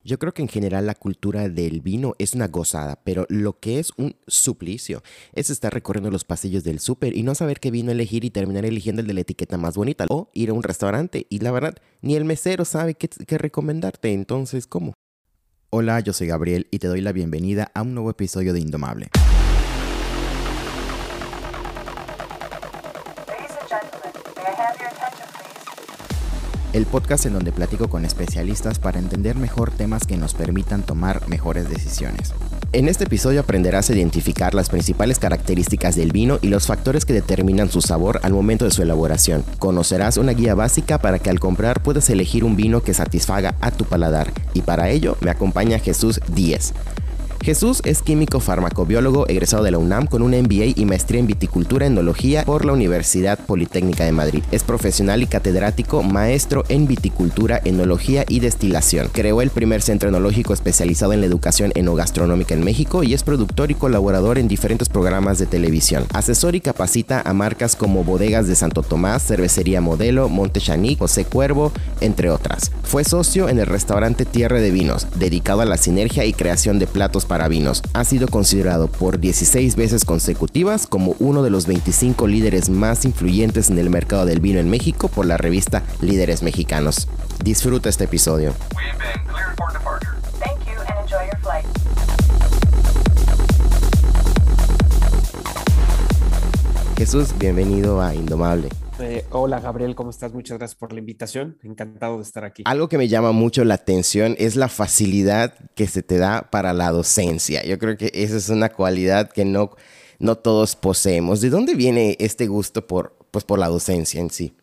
Yo creo que en general la cultura del vino es una gozada, pero lo que es un suplicio es estar recorriendo los pasillos del súper y no saber qué vino elegir y terminar eligiendo el de la etiqueta más bonita. O ir a un restaurante y la verdad, ni el mesero sabe qué recomendarte, entonces, ¿cómo? Hola, yo soy Gabriel y te doy la bienvenida a un nuevo episodio de Indomable. Ladies and gentlemen, may I have your attention, please? El podcast en donde platico con especialistas para entender mejor temas que nos permitan tomar mejores decisiones. En este episodio aprenderás a identificar las principales características del vino y los factores que determinan su sabor al momento de su elaboración. Conocerás una guía básica para que al comprar puedas elegir un vino que satisfaga a tu paladar. Y para ello me acompaña Jesús Díez. Jesús es químico farmacobiólogo egresado de la UNAM con un MBA y maestría en viticultura y enología por la Universidad Politécnica de Madrid. Es profesional y catedrático, maestro en viticultura, enología y destilación. Creó el primer centro enológico especializado en la educación enogastronómica en México y es productor y colaborador en diferentes programas de televisión. Asesor y capacita a marcas como Bodegas de Santo Tomás, Cervecería Modelo, Monte Chanic, José Cuervo, entre otras. Fue socio en el restaurante Tierra de Vinos, dedicado a la sinergia y creación de platos para vinos. Ha sido considerado por 16 veces consecutivas como uno de los 25 líderes más influyentes en el mercado del vino en México por la revista Líderes Mexicanos. Disfruta este episodio. We've been cleared for departure. Thank you and enjoy your flight. Jesús, bienvenido a Indomable. Hola Gabriel, ¿cómo estás? Muchas gracias por la invitación. Encantado de estar aquí. Algo que me llama mucho la atención es la facilidad que se te da para la docencia. Yo creo que esa es una cualidad que no todos poseemos. ¿De dónde viene este gusto por la docencia en sí?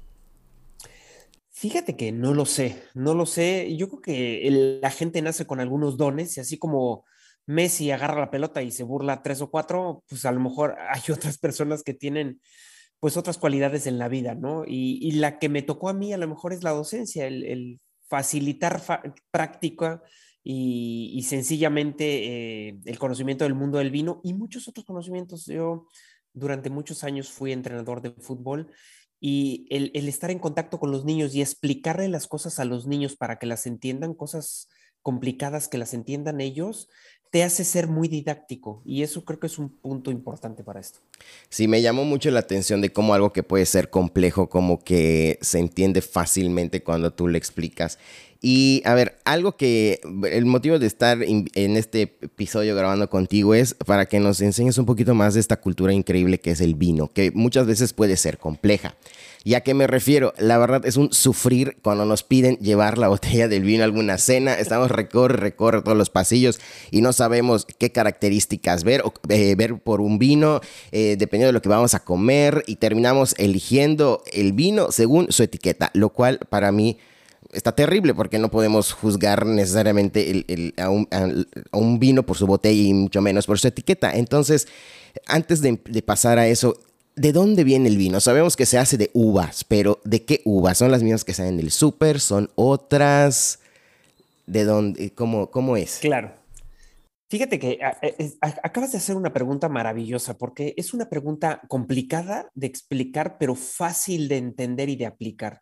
Fíjate que no lo sé. Yo creo que la gente nace con algunos dones y así como Messi agarra la pelota y se burla tres o cuatro, pues a lo mejor hay otras personas que tienen pues otras cualidades en la vida, ¿no? Y la que me tocó a mí a lo mejor es la docencia, el facilitar práctica y sencillamente el conocimiento del mundo del vino y muchos otros conocimientos. Yo durante muchos años fui entrenador de fútbol y el estar en contacto con los niños y explicarle las cosas a los niños para que las entiendan, cosas complicadas que las entiendan ellos, te hace ser muy didáctico y eso creo que es un punto importante para esto. Sí, me llamó mucho la atención de cómo algo que puede ser complejo, como que se entiende fácilmente cuando tú le explicas. Y a ver, algo que el motivo de estar en este episodio grabando contigo es para que nos enseñes un poquito más de esta cultura increíble que es el vino, que muchas veces puede ser compleja. ¿Y a qué me refiero? La verdad es un sufrir cuando nos piden llevar la botella del vino a alguna cena. Estamos recorre todos los pasillos y no sabemos qué características ver, ver por un vino, dependiendo de lo que vamos a comer, y terminamos eligiendo el vino según su etiqueta, lo cual para mí está terrible porque no podemos juzgar necesariamente a un vino por su botella y mucho menos por su etiqueta. Entonces, antes de pasar a eso, ¿de dónde viene el vino? Sabemos que se hace de uvas, pero ¿de qué uvas? ¿Son las mismas que salen del súper? ¿Son otras? ¿De dónde? ¿Cómo es? Claro. Fíjate que acabas de hacer una pregunta maravillosa porque es una pregunta complicada de explicar, pero fácil de entender y de aplicar.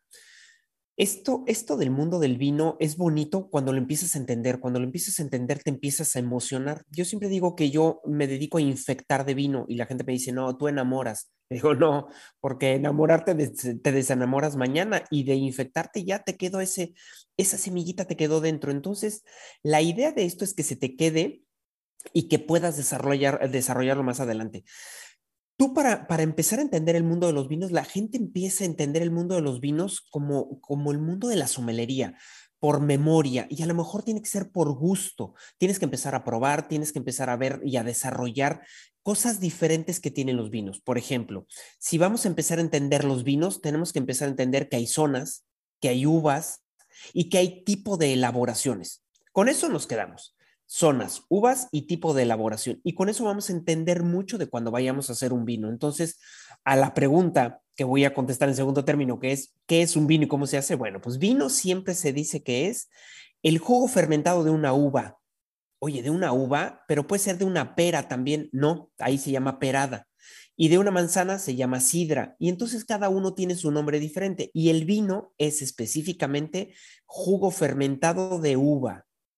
Esto del mundo del vino es bonito cuando lo empiezas a entender. Cuando lo empiezas a entender, te empiezas a emocionar. Yo siempre digo que yo me dedico a infectar de vino y la gente me dice, no, tú enamoras. Le digo, no, porque enamorarte te desenamoras mañana y de infectarte ya te quedó esa semillita te quedó dentro. Entonces, la idea de esto es que se te quede y que puedas desarrollarlo más adelante. Tú para empezar a entender el mundo de los vinos, la gente empieza a entender el mundo de los vinos como el mundo de la somelería, por memoria, y a lo mejor tiene que ser por gusto. Tienes que empezar a probar, tienes que empezar a ver y a desarrollar cosas diferentes que tienen los vinos. Por ejemplo, si vamos a empezar a entender los vinos, tenemos que empezar a entender que hay zonas, que hay uvas y que hay tipo de elaboraciones. Con eso nos quedamos zonas, uvas y tipo de elaboración. Y con eso vamos a entender mucho de cuando vayamos a hacer un vino. Entonces, a la pregunta que voy a contestar en segundo término, que es, ¿qué es un vino y cómo se hace? Bueno, pues vino siempre se dice que es el jugo fermentado de una uva. Oye, de una uva, pero puede ser de una pera también. No, ahí se llama perada. Y de una manzana se llama sidra. Y entonces cada uno tiene su nombre diferente. Y el vino es específicamente jugo fermentado de uva.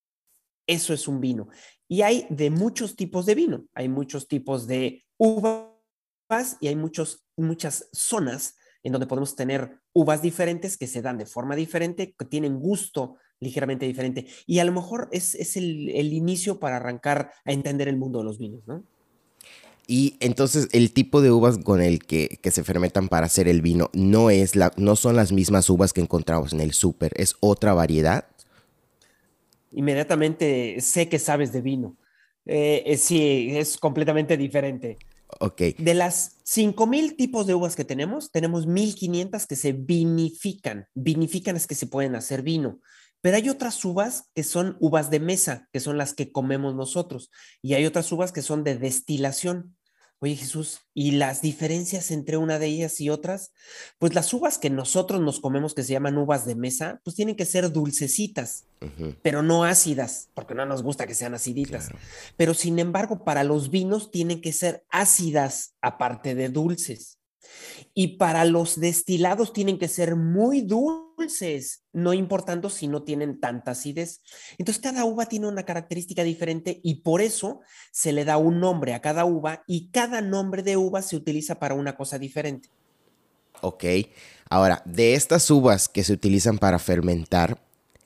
eso es un vino. Y hay de muchos tipos de vino. Hay muchos tipos de uvas y hay muchas zonas en donde podemos tener uvas diferentes que se dan de forma diferente, que tienen gusto ligeramente diferente. Y a lo mejor es el inicio para arrancar a entender el mundo de los vinos, ¿no? Y entonces el tipo de uvas con el que se fermentan para hacer el vino no son las mismas uvas que encontramos en el súper, es otra variedad. Inmediatamente sé que sabes de vino. Sí, es completamente diferente. Ok, De las 5,000 tipos de uvas que tenemos 1,500 que se vinifican. Vinifican es que se pueden hacer vino. Pero hay otras uvas que son uvas de mesa, que son las que comemos nosotros. Y hay otras uvas que son de destilación. Oye, Jesús, ¿y las diferencias entre una de ellas y otras? Pues las uvas que nosotros nos comemos, que se llaman uvas de mesa, pues tienen que ser dulcecitas, ujú, pero no ácidas, porque no nos gusta que sean aciditas. claro. Pero sin embargo, para los vinos tienen que ser ácidas, aparte de dulces. Y para los destilados tienen que ser muy dulces, no importando si no tienen tanta acidez. Entonces, cada uva tiene una característica diferente y por eso se le da un nombre a cada uva y cada nombre de uva se utiliza para una cosa diferente. Ok, ahora, de estas uvas que se utilizan para fermentar,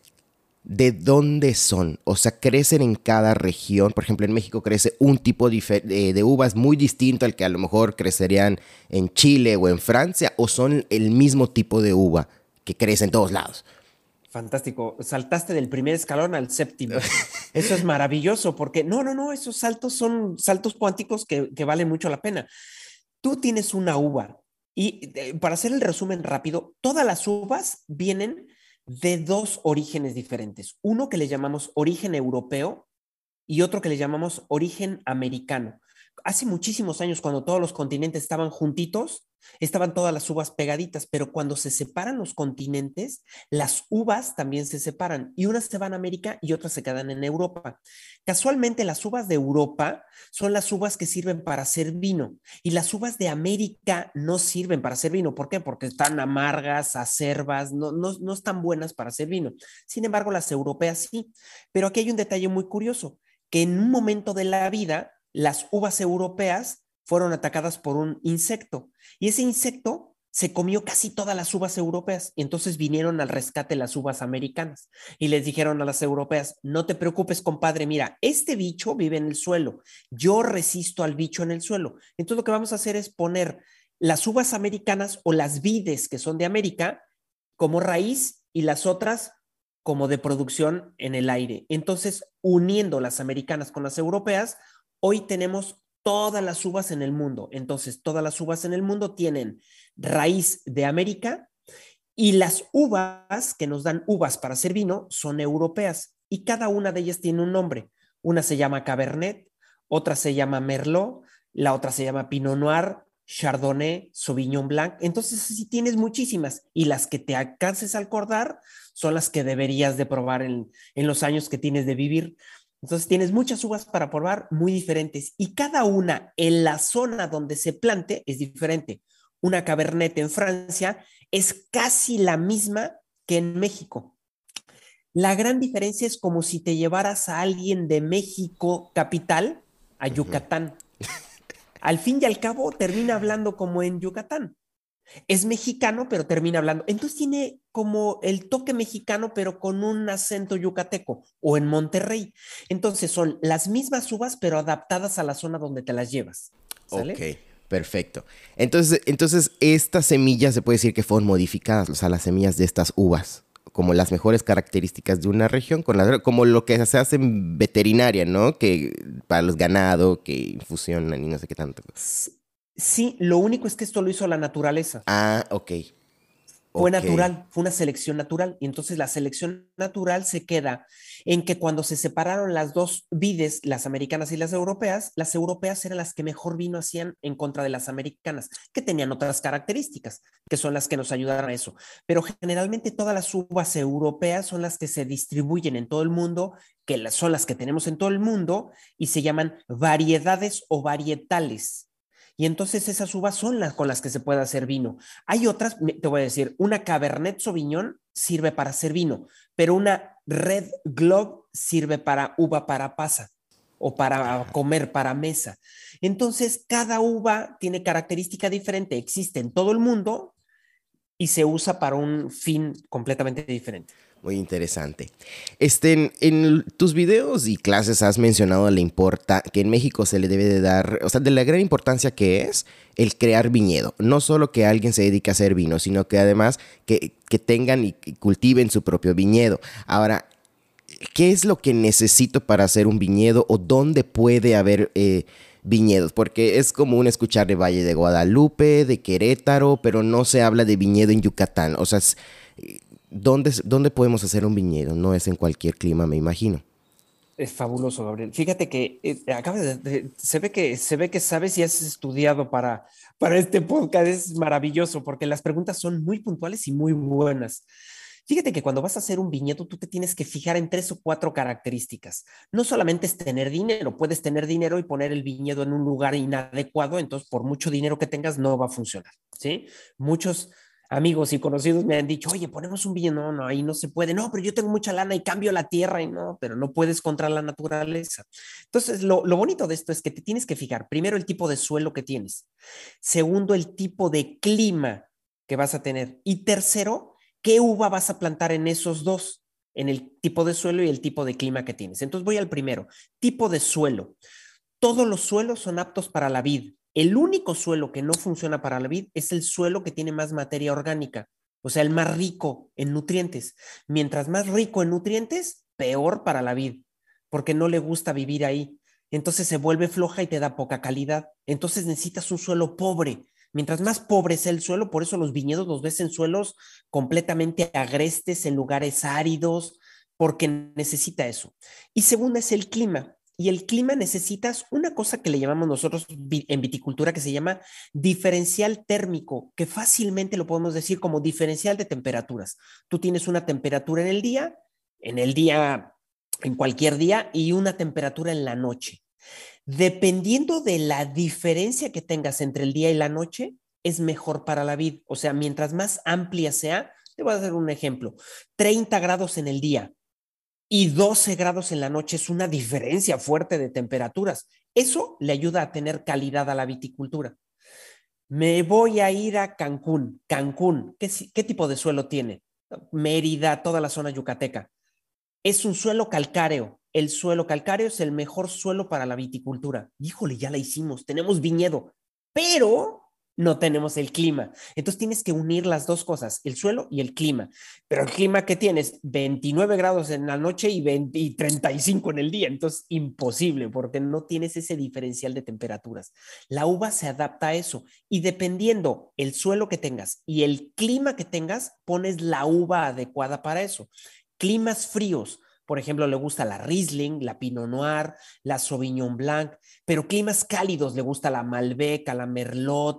¿de dónde son? O sea, ¿crecen en cada región? Por ejemplo, en México crece un tipo de uvas muy distinto al que a lo mejor crecerían en Chile o en Francia, ¿o son el mismo tipo de uva que crece en todos lados? Fantástico. Saltaste del primer escalón al séptimo. Eso es maravilloso porque no, esos saltos son saltos cuánticos que valen mucho la pena. Tú tienes una uva y para hacer el resumen rápido, todas las uvas vienen de dos orígenes diferentes. Uno que le llamamos origen europeo y otro que le llamamos origen americano. Hace muchísimos años, cuando todos los continentes estaban juntitos, estaban todas las uvas pegaditas, pero cuando se separan los continentes, las uvas también se separan y unas se van a América y otras se quedan en Europa. Casualmente, las uvas de Europa son las uvas que sirven para hacer vino y las uvas de América no sirven para hacer vino. ¿Por qué? Porque están amargas, acerbas, no están buenas para hacer vino. Sin embargo, las europeas sí. Pero aquí hay un detalle muy curioso, que en un momento de la vida, las uvas europeas fueron atacadas por un insecto y ese insecto se comió casi todas las uvas europeas y entonces vinieron al rescate las uvas americanas y les dijeron a las europeas, no te preocupes, compadre, mira, este bicho vive en el suelo, yo resisto al bicho en el suelo, entonces lo que vamos a hacer es poner las uvas americanas o las vides que son de América como raíz y las otras como de producción en el aire. Entonces, uniendo las americanas con las europeas, hoy tenemos todas las uvas en el mundo. Entonces, todas las uvas en el mundo tienen raíz de América y las uvas que nos dan uvas para hacer vino son europeas y cada una de ellas tiene un nombre. Una se llama Cabernet, otra se llama Merlot, la otra se llama Pinot Noir, Chardonnay, Sauvignon Blanc. Entonces, sí tienes muchísimas y las que te alcances a acordar son las que deberías de probar en los años que tienes de vivir. Entonces tienes muchas uvas para probar muy diferentes y cada una en la zona donde se plante es diferente. Una Cabernet en Francia es casi la misma que en México. La gran diferencia es como si te llevaras a alguien de México capital a Yucatán. Al fin y al cabo termina hablando como en Yucatán. Es mexicano, pero termina hablando. Entonces tiene como el toque mexicano, pero con un acento yucateco o en Monterrey. Entonces son las mismas uvas, pero adaptadas a la zona donde te las llevas. Ok, ¿Sale? perfecto. Entonces estas semillas se puede decir que fueron modificadas, o sea, las semillas de estas uvas, como las mejores características de una región, como lo que se hace en veterinaria, ¿no? Que para los ganado, que infusionan y no sé qué tanto. Sí, lo único es que esto lo hizo la naturaleza. Ah, ok, Fue ok. natural, fue una selección natural. Y entonces la selección natural se queda en que cuando se separaron las dos vides, las americanas y las europeas eran las que mejor vino hacían en contra de las americanas, que tenían otras características, que son las que nos ayudaron a eso. Pero generalmente todas las uvas europeas son las que se distribuyen en todo el mundo, que son las que tenemos en todo el mundo y se llaman variedades o varietales. Y entonces esas uvas son las con las que se puede hacer vino. Hay otras, te voy a decir, una Cabernet Sauvignon sirve para hacer vino, pero una Red Globe sirve para uva para pasa o para comer, para mesa. Entonces, cada uva tiene característica diferente, existe en todo el mundo y se usa para un fin completamente diferente. Muy interesante. En tus videos y clases has mencionado que en México se le debe de dar, o sea, de la gran importancia que es el crear viñedo. No solo que alguien se dedique a hacer vino, sino que además que tengan y cultiven su propio viñedo. Ahora, ¿qué es lo que necesito para hacer un viñedo o dónde puede haber viñedos? Porque es común escuchar de Valle de Guadalupe, de Querétaro, pero no se habla de viñedo en Yucatán. O sea, ¿dónde podemos hacer un viñedo? No es en cualquier clima, me imagino. Es fabuloso, Gabriel. Fíjate que se ve que sabes y has estudiado para este podcast. Es maravilloso porque las preguntas son muy puntuales y muy buenas. Fíjate que cuando vas a hacer un viñedo, tú te tienes que fijar en 3 o 4 características. No solamente es tener dinero, puedes tener dinero y poner el viñedo en un lugar inadecuado, entonces por mucho dinero que tengas no va a funcionar, ¿sí? Muchos amigos y conocidos me han dicho, oye, ponemos un viñedo, no, ahí no se puede, no, pero yo tengo mucha lana y cambio la tierra y no, pero no puedes contra la naturaleza. Entonces, lo bonito de esto es que te tienes que fijar, primero, el tipo de suelo que tienes, segundo, el tipo de clima que vas a tener y tercero, ¿qué uva vas a plantar en esos dos? En el tipo de suelo y el tipo de clima que tienes. Entonces voy al primero, tipo de suelo. Todos los suelos son aptos para la vid. El único suelo que no funciona para la vid es el suelo que tiene más materia orgánica, o sea, el más rico en nutrientes. Mientras más rico en nutrientes, peor para la vid, porque no le gusta vivir ahí. Entonces se vuelve floja y te da poca calidad. Entonces necesitas un suelo pobre. Mientras más pobre sea el suelo, por eso los viñedos los ves en suelos completamente agrestes, en lugares áridos, porque necesita eso. Y segunda es el clima. Y el clima necesitas una cosa que le llamamos nosotros en viticultura que se llama diferencial térmico, que fácilmente lo podemos decir como diferencial de temperaturas. Tú tienes una temperatura en el día, en cualquier día, y una temperatura en la noche. Dependiendo de la diferencia que tengas entre el día y la noche, es mejor para la vid. O sea, mientras más amplia sea, te voy a dar un ejemplo, 30 grados en el día y 12 grados en la noche es una diferencia fuerte de temperaturas. Eso le ayuda a tener calidad a la viticultura. Me voy a ir a Cancún. Cancún, ¿qué tipo de suelo tiene? Mérida, toda la zona yucateca. Es un suelo calcáreo. El suelo calcáreo es el mejor suelo para la viticultura. Híjole, ya la hicimos, tenemos viñedo, pero no tenemos el clima. Entonces tienes que unir las dos cosas, el suelo y el clima. Pero el clima que tienes, 29 grados en la noche y 35 en el día. Entonces, imposible, porque no tienes ese diferencial de temperaturas. La uva se adapta a eso y dependiendo el suelo que tengas y el clima que tengas, pones la uva adecuada para eso. Climas fríos, por ejemplo, le gusta la Riesling, la Pinot Noir, la Sauvignon Blanc, pero climas cálidos le gusta la Malbec, a la Merlot,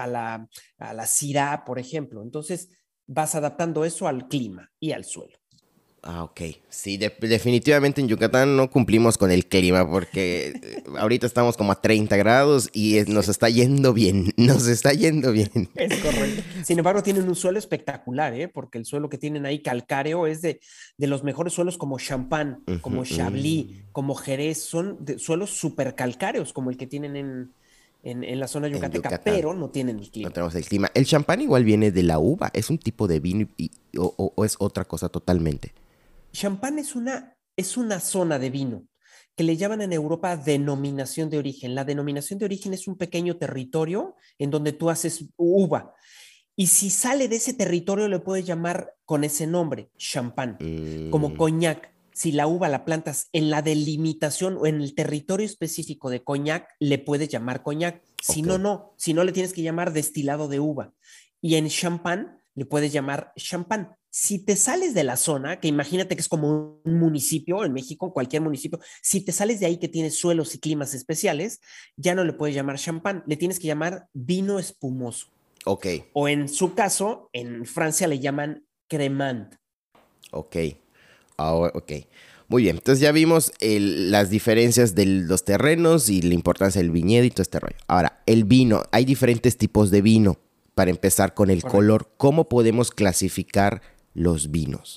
a la Syrah, por ejemplo. Entonces, vas adaptando eso al clima y al suelo. Ah, ok. Sí, definitivamente en Yucatán no cumplimos con el clima porque ahorita estamos como a 30 grados y nos está yendo bien, nos está yendo bien. Es correcto. Sin embargo, tienen un suelo espectacular, ¿eh? Porque el suelo que tienen ahí calcáreo es de los mejores suelos como Champagne, como Chablis, como Jerez. Son suelos súper calcáreos como el que tienen en la zona yucateca, pero no tienen el clima. No tenemos el clima. El champán igual viene de la uva, es un tipo de vino o es otra cosa totalmente. Champán es una zona de vino que le llaman en Europa denominación de origen. La denominación de origen es un pequeño territorio en donde tú haces uva. Y si sale de ese territorio le puedes llamar con ese nombre, champán, como coñac. Si la uva la plantas en la delimitación o en el territorio específico de coñac, le puedes llamar coñac. Si no, no. Si no, le tienes que llamar destilado de uva. Y en champán le puedes llamar champán. Si te sales de la zona, que imagínate que es como un municipio en México, cualquier municipio, si te sales de ahí que tiene suelos y climas especiales, ya no le puedes llamar champán, le tienes que llamar vino espumoso. Ok. O en su caso, en Francia le llaman cremant. Ok. Ok. Muy bien. Entonces ya vimos las diferencias de los terrenos y la importancia del viñedo y todo este rollo. Ahora, el vino. Hay diferentes tipos de vino. Para empezar con el color, ¿cómo podemos clasificar los vinos?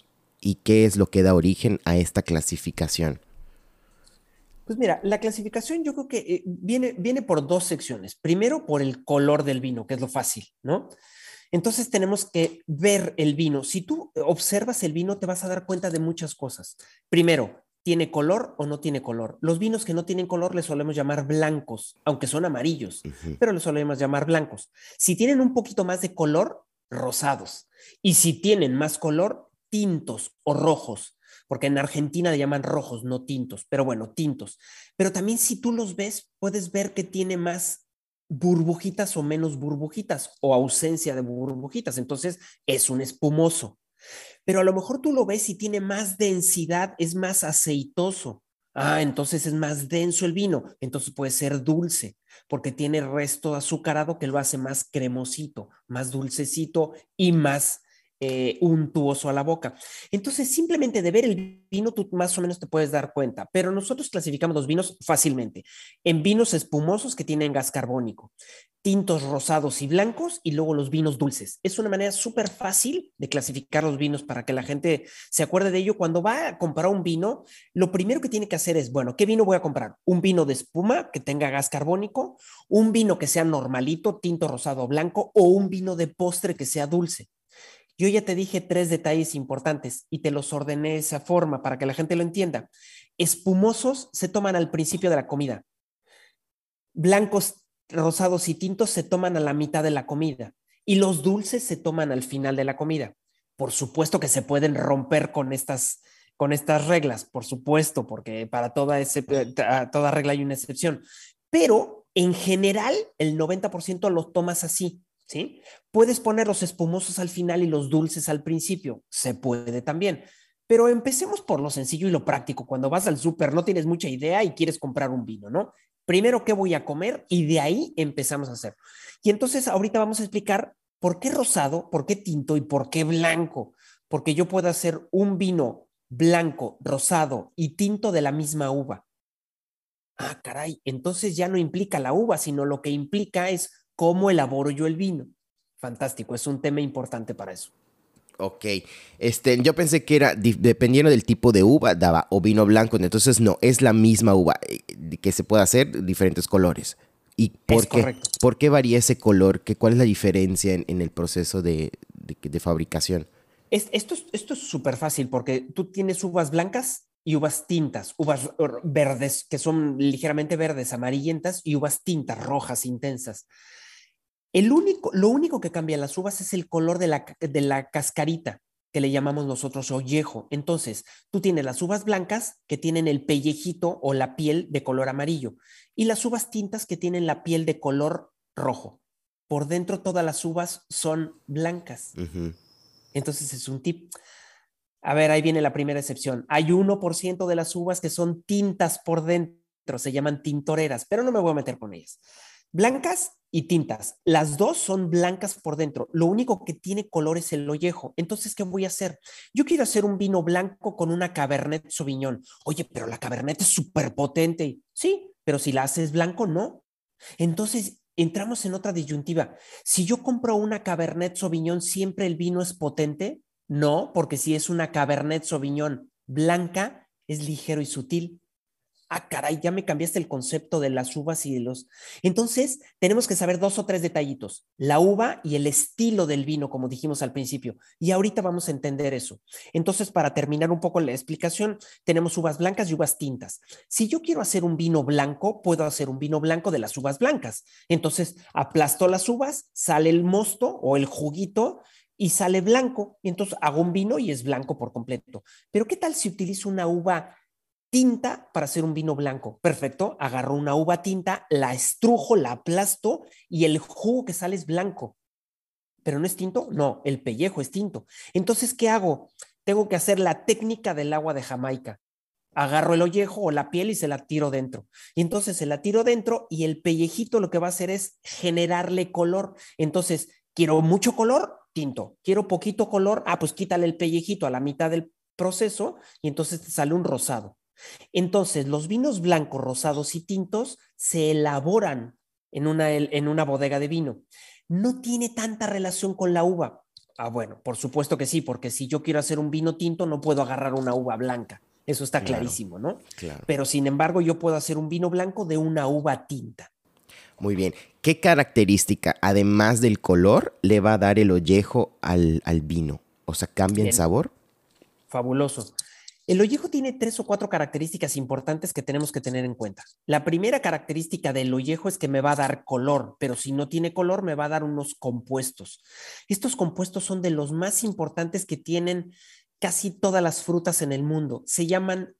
y qué es lo que da origen a esta clasificación? Pues mira, la clasificación yo creo que viene por dos secciones. Primero, por el color del vino, que es lo fácil, ¿no? Entonces tenemos que ver el vino. Si tú observas el vino, te vas a dar cuenta de muchas cosas. Primero, ¿tiene color o no tiene color? Los vinos que no tienen color les solemos llamar blancos, aunque son amarillos, Ujú. pero les solemos llamar blancos. Si tienen un poquito más de color, rosados. Y si tienen más color, tintos o rojos, porque en Argentina le llaman rojos, no tintos, pero bueno, tintos. Pero también si tú los ves, puedes ver que tiene más burbujitas o menos burbujitas o ausencia de burbujitas. Entonces es un espumoso. Pero a lo mejor tú lo ves y tiene más densidad, es más aceitoso. Ah, entonces es más denso el vino. Entonces puede ser dulce porque tiene resto azucarado que lo hace más cremosito, más dulcecito y más untuoso a la boca. Entonces, simplemente de ver el vino, tú más o menos te puedes dar cuenta, pero nosotros clasificamos los vinos fácilmente en vinos espumosos que tienen gas carbónico, tintos rosados y blancos y luego los vinos dulces. Es una manera súper fácil de clasificar los vinos para que la gente se acuerde de ello. Cuando va a comprar un vino, lo primero que tiene que hacer es, bueno, ¿qué vino voy a comprar? Un vino de espuma que tenga gas carbónico, un vino que sea normalito, tinto rosado o blanco, o un vino de postre que sea dulce. Yo ya te dije tres detalles importantes y te los ordené de esa forma para que la gente lo entienda. Espumosos se toman al principio de la comida. Blancos, rosados y tintos se toman a la mitad de la comida. Y los dulces se toman al final de la comida. Por supuesto que se pueden romper con estas reglas, por supuesto, porque para toda regla hay una excepción. Pero en general, el 90% lo tomas así. ¿Sí? Puedes poner los espumosos al final y los dulces al principio, se puede también. Pero empecemos por lo sencillo y lo práctico. Cuando vas al súper no tienes mucha idea y quieres comprar un vino, ¿no? Primero, ¿qué voy a comer? Y de ahí empezamos a hacer. Y entonces ahorita vamos a explicar por qué rosado, por qué tinto y por qué blanco. Porque yo puedo hacer un vino blanco, rosado y tinto de la misma uva. Ah, caray, entonces ya no implica la uva, sino lo que implica es cómo elaboro yo el vino. Fantástico, es un tema importante para eso. Ok, yo pensé que era, dependiendo del tipo de uva, daba o vino blanco, entonces no, es la misma uva, que se puede hacer diferentes colores. ¿Y Es correcto. por qué varía ese color? ¿Cuál es la diferencia en el proceso de fabricación? Esto es súper fácil porque tú tienes uvas blancas y uvas tintas, uvas verdes que son ligeramente verdes, amarillentas y uvas tintas rojas intensas. Lo único que cambia en las uvas es el color de la cascarita, que le llamamos nosotros ollejo. Entonces, tú tienes las uvas blancas que tienen el pellejito o la piel de color amarillo y las uvas tintas que tienen la piel de color rojo. Por dentro todas las uvas son blancas. Ujú. Entonces es un tip. A ver, ahí viene la primera excepción. Hay 1% de las uvas que son tintas por dentro, se llaman tintoreras, pero no me voy a meter con ellas. Blancas y tintas. Las dos son blancas por dentro. Lo único que tiene color es el ollejo. Entonces, ¿qué voy a hacer? Yo quiero hacer un vino blanco con una Cabernet Sauvignon. Oye, pero la Cabernet es súper potente. Sí, pero si la haces blanco, no. Entonces, entramos en otra disyuntiva. Si yo compro una Cabernet Sauvignon, ¿siempre el vino es potente? No, porque si es una Cabernet Sauvignon blanca, es ligero y sutil. Ah, caray, ya me cambiaste el concepto de las uvas y de los... Entonces, tenemos que saber dos o tres detallitos. La uva y el estilo del vino, como dijimos al principio. Y ahorita vamos a entender eso. Entonces, para terminar un poco la explicación, tenemos uvas blancas y uvas tintas. Si yo quiero hacer un vino blanco, puedo hacer un vino blanco de las uvas blancas. Entonces, aplasto las uvas, sale el mosto o el juguito y sale blanco. Y entonces hago un vino y es blanco por completo. Pero ¿qué tal si utilizo una uva tinta para hacer un vino blanco? Perfecto, agarro una uva tinta, la estrujo, la aplasto y el jugo que sale es blanco. ¿Pero no es tinto? No, el pellejo es tinto. Entonces, ¿qué hago? Tengo que hacer la técnica del agua de Jamaica. Agarro el ollejo o la piel y se la tiro dentro. Y entonces se la tiro dentro y el pellejito lo que va a hacer es generarle color. Entonces, quiero mucho color, tinto. Quiero poquito color, pues quítale el pellejito a la mitad del proceso y entonces te sale un rosado. Entonces, los vinos blancos, rosados y tintos se elaboran en una bodega de vino. No tiene tanta relación con la uva. Ah, bueno, por supuesto que sí, porque si yo quiero hacer un vino tinto, no puedo agarrar una uva blanca. Eso está Claro, clarísimo, ¿no? claro. Pero sin embargo, yo puedo hacer un vino blanco de una uva tinta. Muy bien. ¿Qué característica, además del color, le va a dar el ollejo al vino? O sea, ¿cambia en Bien, sabor? fabuloso. El ollejo tiene 3 o 4 características importantes que tenemos que tener en cuenta. La primera característica del ollejo es que me va a dar color, pero si no tiene color me va a dar unos compuestos. Estos compuestos son de los más importantes que tienen casi todas las frutas en el mundo. Se llaman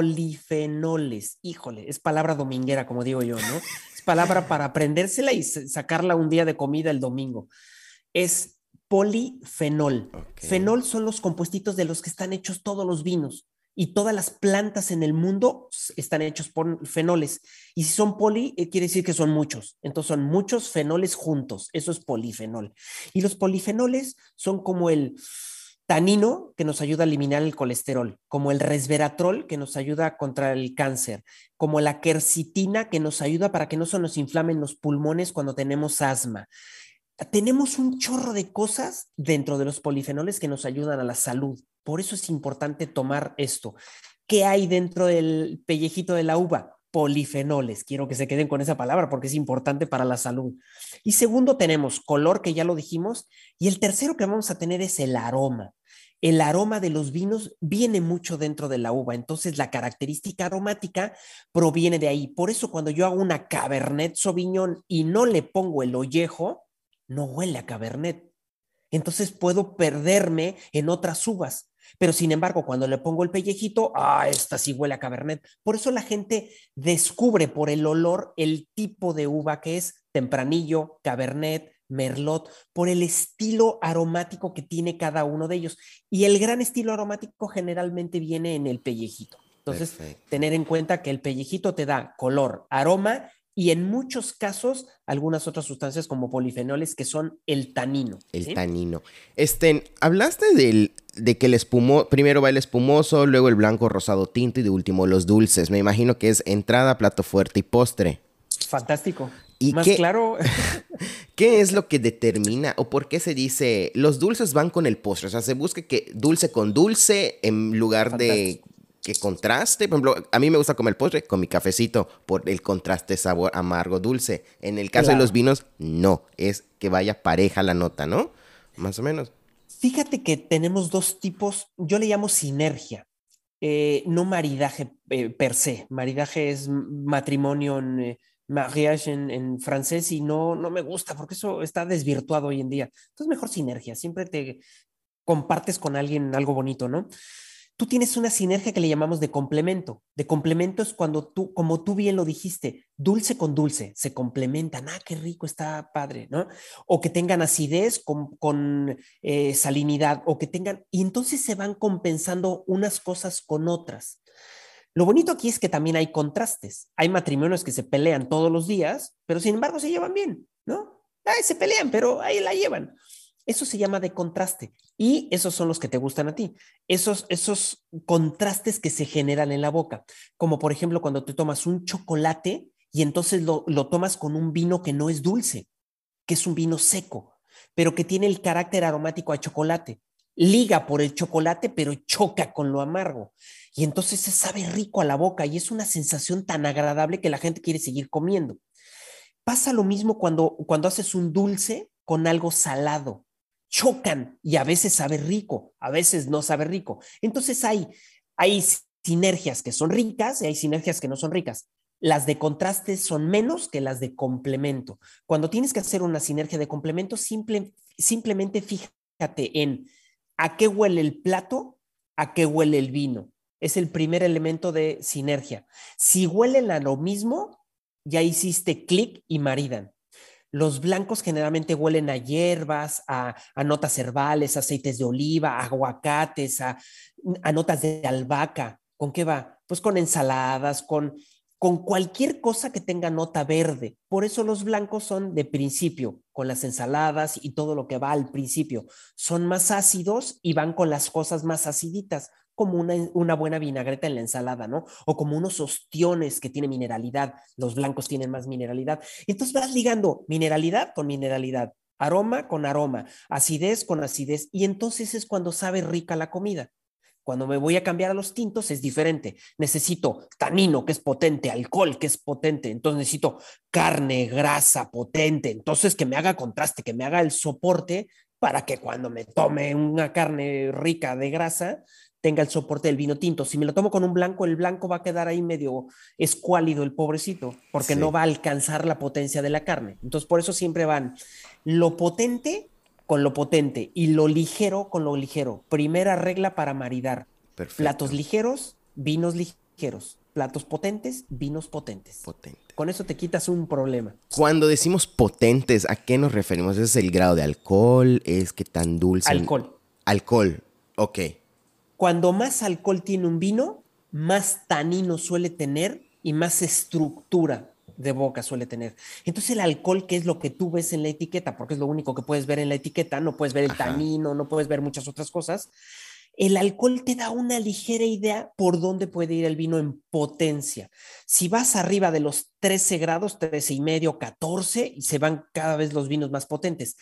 polifenoles. Híjole, es palabra dominguera, como digo yo, ¿no? Es palabra para aprendérsela y sacarla un día de comida el domingo. Es polifenol. Ok. Fenol son los compuestitos de los que están hechos todos los vinos y todas las plantas en el mundo están hechos por fenoles. Y si son poli, quiere decir que son muchos. Entonces son muchos fenoles juntos. Eso es polifenol. Y los polifenoles son como el tanino que nos ayuda a eliminar el colesterol, como el resveratrol que nos ayuda contra el cáncer, como la quercitina que nos ayuda para que no se nos inflamen los pulmones cuando tenemos asma. Tenemos un chorro de cosas dentro de los polifenoles que nos ayudan a la salud. Por eso es importante tomar esto. ¿Qué hay dentro del pellejito de la uva? Polifenoles. Quiero que se queden con esa palabra porque es importante para la salud. Y segundo, tenemos color, que ya lo dijimos. Y el tercero que vamos a tener es el aroma. El aroma de los vinos viene mucho dentro de la uva, entonces la característica aromática proviene de ahí. Por eso cuando yo hago una Cabernet Sauvignon y no le pongo el ollejo, no huele a Cabernet. Entonces puedo perderme en otras uvas. Pero sin embargo, cuando le pongo el pellejito, esta sí huele a Cabernet. Por eso la gente descubre por el olor el tipo de uva que es Tempranillo, Cabernet, Merlot, por el estilo aromático que tiene cada uno de ellos. Y el gran estilo aromático generalmente viene en el pellejito. Entonces, Perfecto. tener en cuenta que el pellejito te da color, aroma y en muchos casos algunas otras sustancias como polifenoles que son el tanino. El ¿Sí? tanino. Hablaste de que primero va el espumoso, luego el blanco, rosado, tinto y de último los dulces. Me imagino que es entrada, plato fuerte y postre. Fantástico. ¿Y Más claro, qué es lo que determina o por qué se dice los dulces van con el postre? O sea, se busca que dulce con dulce en lugar de fantástico. que contraste. Por ejemplo, a mí me gusta comer el postre con mi cafecito por el contraste sabor amargo dulce. En el caso de los Claro. vinos, no. Es que vaya pareja la nota, ¿no? Más o menos. Fíjate que tenemos 2 tipos, yo le llamo sinergia, no maridaje per se. Maridaje es matrimonio mariage en francés y no me gusta porque eso está desvirtuado hoy en día. Entonces mejor sinergia, siempre te compartes con alguien algo bonito, ¿no? Tú tienes una sinergia que le llamamos de complemento. De complemento es cuando tú, como tú bien lo dijiste, dulce con dulce, se complementan. Qué rico, está padre, ¿no? O que tengan acidez con salinidad, o que tengan, y entonces se van compensando unas cosas con otras. Lo bonito aquí es que también hay contrastes. Hay matrimonios que se pelean todos los días, pero sin embargo se llevan bien, ¿no? Se pelean, pero ahí la llevan. Eso se llama de contraste. Y esos son los que te gustan a ti. Esos contrastes que se generan en la boca. Como por ejemplo cuando tú tomas un chocolate y entonces lo tomas con un vino que no es dulce, que es un vino seco, pero que tiene el carácter aromático a chocolate. Liga por el chocolate, pero choca con lo amargo. Y entonces se sabe rico a la boca y es una sensación tan agradable que la gente quiere seguir comiendo. Pasa lo mismo cuando haces un dulce con algo salado. Chocan y a veces sabe rico, a veces no sabe rico. Entonces hay sinergias que son ricas y hay sinergias que no son ricas. Las de contraste son menos que las de complemento. Cuando tienes que hacer una sinergia de complemento, simplemente fíjate en a qué huele el plato, a qué huele el vino. Es el primer elemento de sinergia. Si huelen a lo mismo, ya hiciste clic y maridan. Los blancos generalmente huelen a hierbas, a notas herbales, aceites de oliva, aguacates, a notas de albahaca. ¿Con qué va? Pues con ensaladas, con cualquier cosa que tenga nota verde. Por eso los blancos son de principio, con las ensaladas y todo lo que va al principio. Son más ácidos y van con las cosas más aciditas, como una buena vinagreta en la ensalada, ¿no? O como unos ostiones que tienen mineralidad. Los blancos tienen más mineralidad. Entonces vas ligando mineralidad con mineralidad. aroma con aroma, acidez con acidez, y entonces es cuando sabe rica la comida. Cuando me voy a cambiar a los tintos es diferente. Necesito tanino, que es potente, alcohol, que es potente. Entonces necesito carne, grasa, potente. Entonces que me haga contraste, que me haga el soporte para que cuando me tome una carne rica de grasa tenga el soporte del vino tinto. Si me lo tomo con un blanco, el blanco va a quedar ahí medio escuálido el pobrecito, porque no Sí, va a alcanzar la potencia de la carne. Entonces por eso siempre van lo potente con lo potente y lo ligero con lo ligero. Primera regla para maridar. Platos perfecto. ligeros, vinos ligeros. Platos potentes, vinos potentes. Potente. Con eso te quitas un problema. Cuando decimos potentes, ¿a qué nos referimos? ¿Es el grado de alcohol? ¿Es qué tan dulce? Alcohol. Alcohol. Ok. Cuando más alcohol tiene un vino, más tanino suele tener y más estructura de boca suele tener. Entonces el alcohol, que es lo que tú ves en la etiqueta, porque es lo único que puedes ver en la etiqueta, no puedes ver el Ajá. tanino, no puedes ver muchas otras cosas. El alcohol te da una ligera idea por dónde puede ir el vino en potencia. Si vas arriba de los 13 grados, 13 y medio, 14, y se van cada vez los vinos más potentes.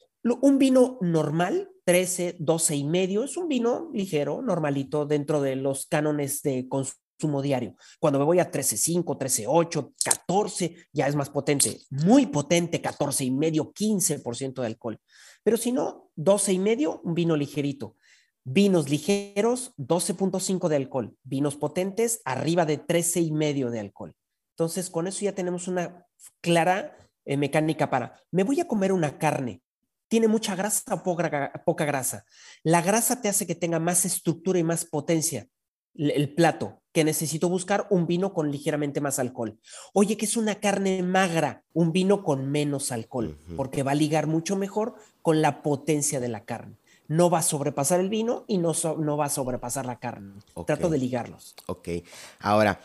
Un vino normal, 13, 12 y medio, es un vino ligero, normalito, dentro de los cánones de consumo diario. Cuando me voy a 13.5, 13.8, 14, ya es más potente, muy potente, 14 y medio, 15% de alcohol. Pero si no, 12 y medio, un vino ligerito. Vinos ligeros, 12.5 de alcohol. Vinos potentes, arriba de 13 y medio de alcohol. Entonces, con eso ya tenemos una clara mecánica para, me voy a comer una carne. ¿Tiene mucha grasa o poca grasa? La grasa te hace que tenga más estructura y más potencia el plato, que necesito buscar un vino con ligeramente más alcohol. Oye, que es una carne magra, un vino con menos alcohol, Ujú. porque va a ligar mucho mejor con la potencia de la carne. No va a sobrepasar el vino y no va a sobrepasar la carne. Ok. Trato de ligarlos. Ok. Ahora,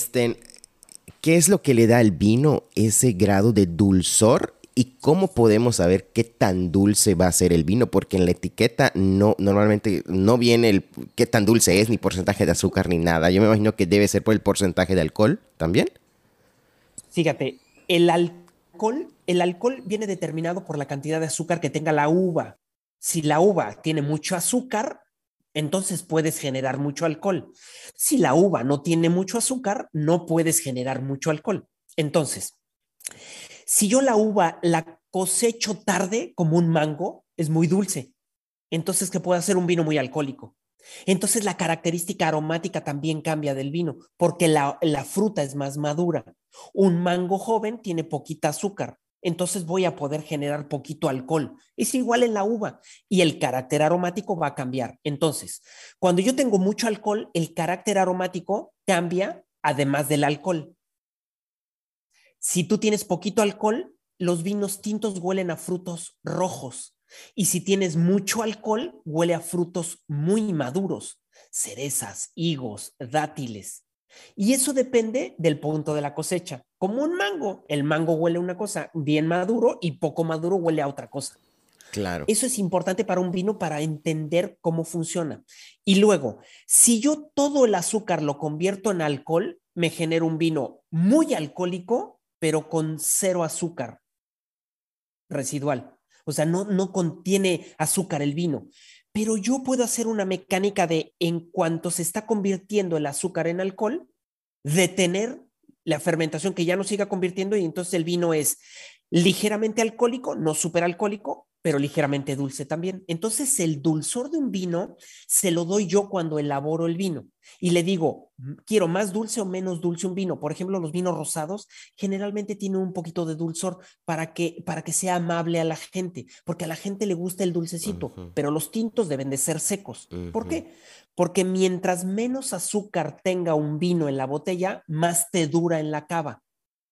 ¿qué es lo que le da al vino ese grado de dulzor? ¿Y cómo podemos saber qué tan dulce va a ser el vino? Porque en la etiqueta no, normalmente no viene el qué tan dulce es, ni porcentaje de azúcar, ni nada. Yo me imagino que debe ser por el porcentaje de alcohol también. Fíjate, el alcohol viene determinado por la cantidad de azúcar que tenga la uva. Si la uva tiene mucho azúcar, entonces puedes generar mucho alcohol. Si la uva no tiene mucho azúcar, no puedes generar mucho alcohol. Entonces, si yo la uva la cosecho tarde, como un mango, es muy dulce. Entonces, que puede hacer un vino muy alcohólico. Entonces, la característica aromática también cambia del vino, porque la fruta es más madura. Un mango joven tiene poquita azúcar, entonces voy a poder generar poquito alcohol. Es igual en la uva y el carácter aromático va a cambiar. Entonces, cuando yo tengo mucho alcohol, el carácter aromático cambia además del alcohol. Si tú tienes poquito alcohol, los vinos tintos huelen a frutos rojos. Y si tienes mucho alcohol, huele a frutos muy maduros, cerezas, higos, dátiles. Y eso depende del punto de la cosecha. Como un mango, el mango huele a una cosa bien maduro y poco maduro huele a otra cosa. Claro. Eso es importante para un vino para entender cómo funciona. Y luego, si yo todo el azúcar lo convierto en alcohol, me genero un vino muy alcohólico, pero con cero azúcar residual. O sea, no contiene azúcar el vino. Pero yo puedo hacer una mecánica de, en cuanto se está convirtiendo el azúcar en alcohol, detener la fermentación que ya no siga convirtiendo y entonces el vino es ligeramente alcohólico, no súper alcohólico, pero ligeramente dulce también. Entonces el dulzor de un vino se lo doy yo cuando elaboro el vino y le digo, quiero más dulce o menos dulce un vino. Por ejemplo, los vinos rosados generalmente tienen un poquito de dulzor para que sea amable a la gente, porque a la gente le gusta el dulcecito, Ujú, pero los tintos deben de ser secos. ¿Por ujú. qué? Porque mientras menos azúcar tenga un vino en la botella, más te dura en la cava.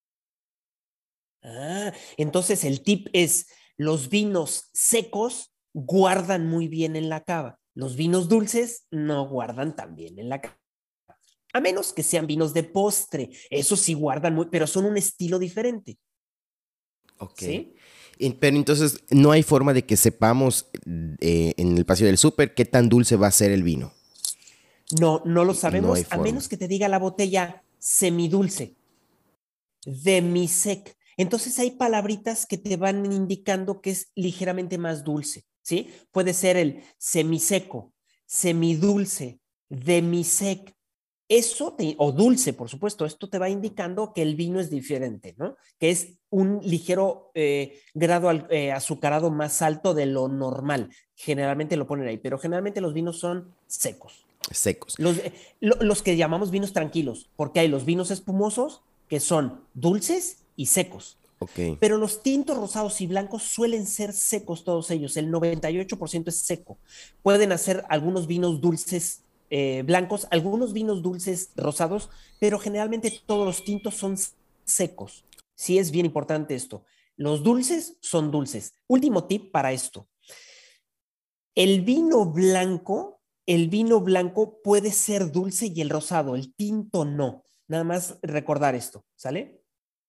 Entonces el tip es, los vinos secos guardan muy bien en la cava. Los vinos dulces no guardan tan bien en la cava. A menos que sean vinos de postre. Eso sí guardan muy, pero son un estilo diferente. Ok. ¿Sí? Pero entonces no hay forma de que sepamos en el pasillo del súper qué tan dulce va a ser el vino. No, no lo No hay sabemos, a forma. menos que te diga la botella semidulce, demisec. Entonces hay palabritas que te van indicando que es ligeramente más dulce, ¿sí? Puede ser el semiseco, semidulce, demisec. O dulce, por supuesto, esto te va indicando que el vino es diferente, ¿no? Que es un ligero grado azucarado más alto de lo normal. Generalmente lo ponen ahí, pero generalmente los vinos son secos. Secos. Los que llamamos vinos tranquilos, porque hay los vinos espumosos que son dulces y secos. Ok. Pero los tintos rosados y blancos suelen ser secos todos ellos. El 98% es seco. Pueden hacer algunos vinos dulces blancos, algunos vinos dulces rosados, pero generalmente todos los tintos son secos. Sí es bien importante esto. Los dulces son dulces. Último tip para esto. El vino blanco, puede ser dulce y el rosado, el tinto no. Nada más recordar esto, ¿sale?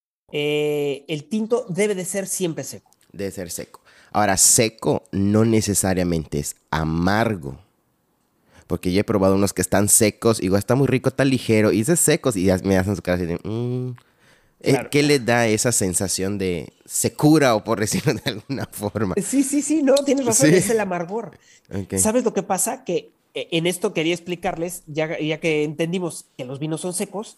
El tinto debe de ser siempre seco. Debe ser seco. Ahora, seco no necesariamente es amargo. Porque yo he probado unos que están secos y digo, está muy rico, está ligero. Y dice secos y me hacen su cara así de, Claro. ¿qué le da esa sensación de secura o por decirlo de alguna forma? Sí, no, tienes razón, Sí. es el amargor. Ok. ¿Sabes lo que pasa? Que en esto quería explicarles, ya que entendimos que los vinos son secos,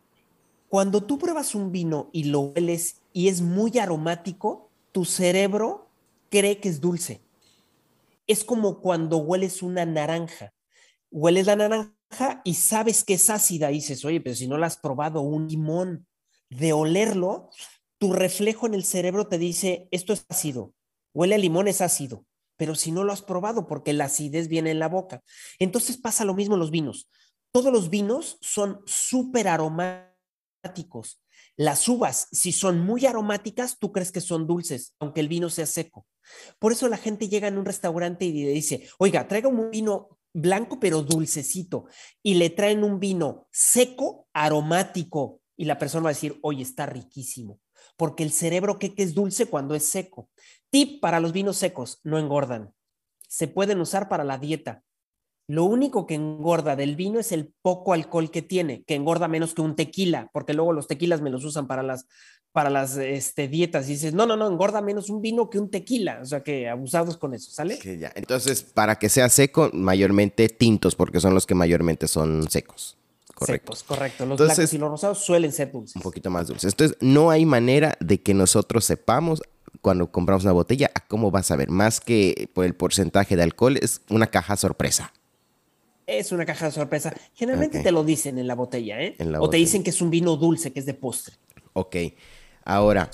cuando tú pruebas un vino y lo hueles y es muy aromático, tu cerebro cree que es dulce. Es como cuando hueles una naranja. Hueles la naranja y sabes que es ácida. Y dices, oye, pero si no la has probado, un limón, de olerlo, tu reflejo en el cerebro te dice, esto es ácido. Huele a limón, es ácido. Pero si no lo has probado, porque la acidez viene en la boca. Entonces pasa lo mismo en los vinos. Todos los vinos son súper aromáticos. Las uvas, si son muy aromáticas, tú crees que son dulces, aunque el vino sea seco. Por eso la gente llega en un restaurante y le dice, oiga, traiga un vino blanco pero dulcecito, y le traen un vino seco, aromático, y la persona va a decir, oye, está riquísimo, porque el cerebro cree que es dulce cuando es seco. Tip para los vinos secos, no engordan. Se pueden usar para la dieta. Lo único que engorda del vino es el poco alcohol que tiene, que engorda menos que un tequila, porque luego los tequilas me los usan para las dietas. Y dices, no, engorda menos un vino que un tequila. O sea que abusados con eso, ¿sale? Que ya. Entonces, para que sea seco, mayormente tintos, porque son los que mayormente son secos. Correcto. Secos, correcto. Los Entonces, blancos y los rosados suelen ser un dulces. poquito más dulces. Entonces, no hay manera de que nosotros sepamos cuando compramos una botella a cómo va a saber. Más que por el porcentaje de alcohol, es una caja sorpresa. Es una caja de sorpresa. Generalmente Ok. te lo dicen en la botella, ¿eh? En la O te botella. dicen que es un vino dulce, que es de postre. Ok. Ahora,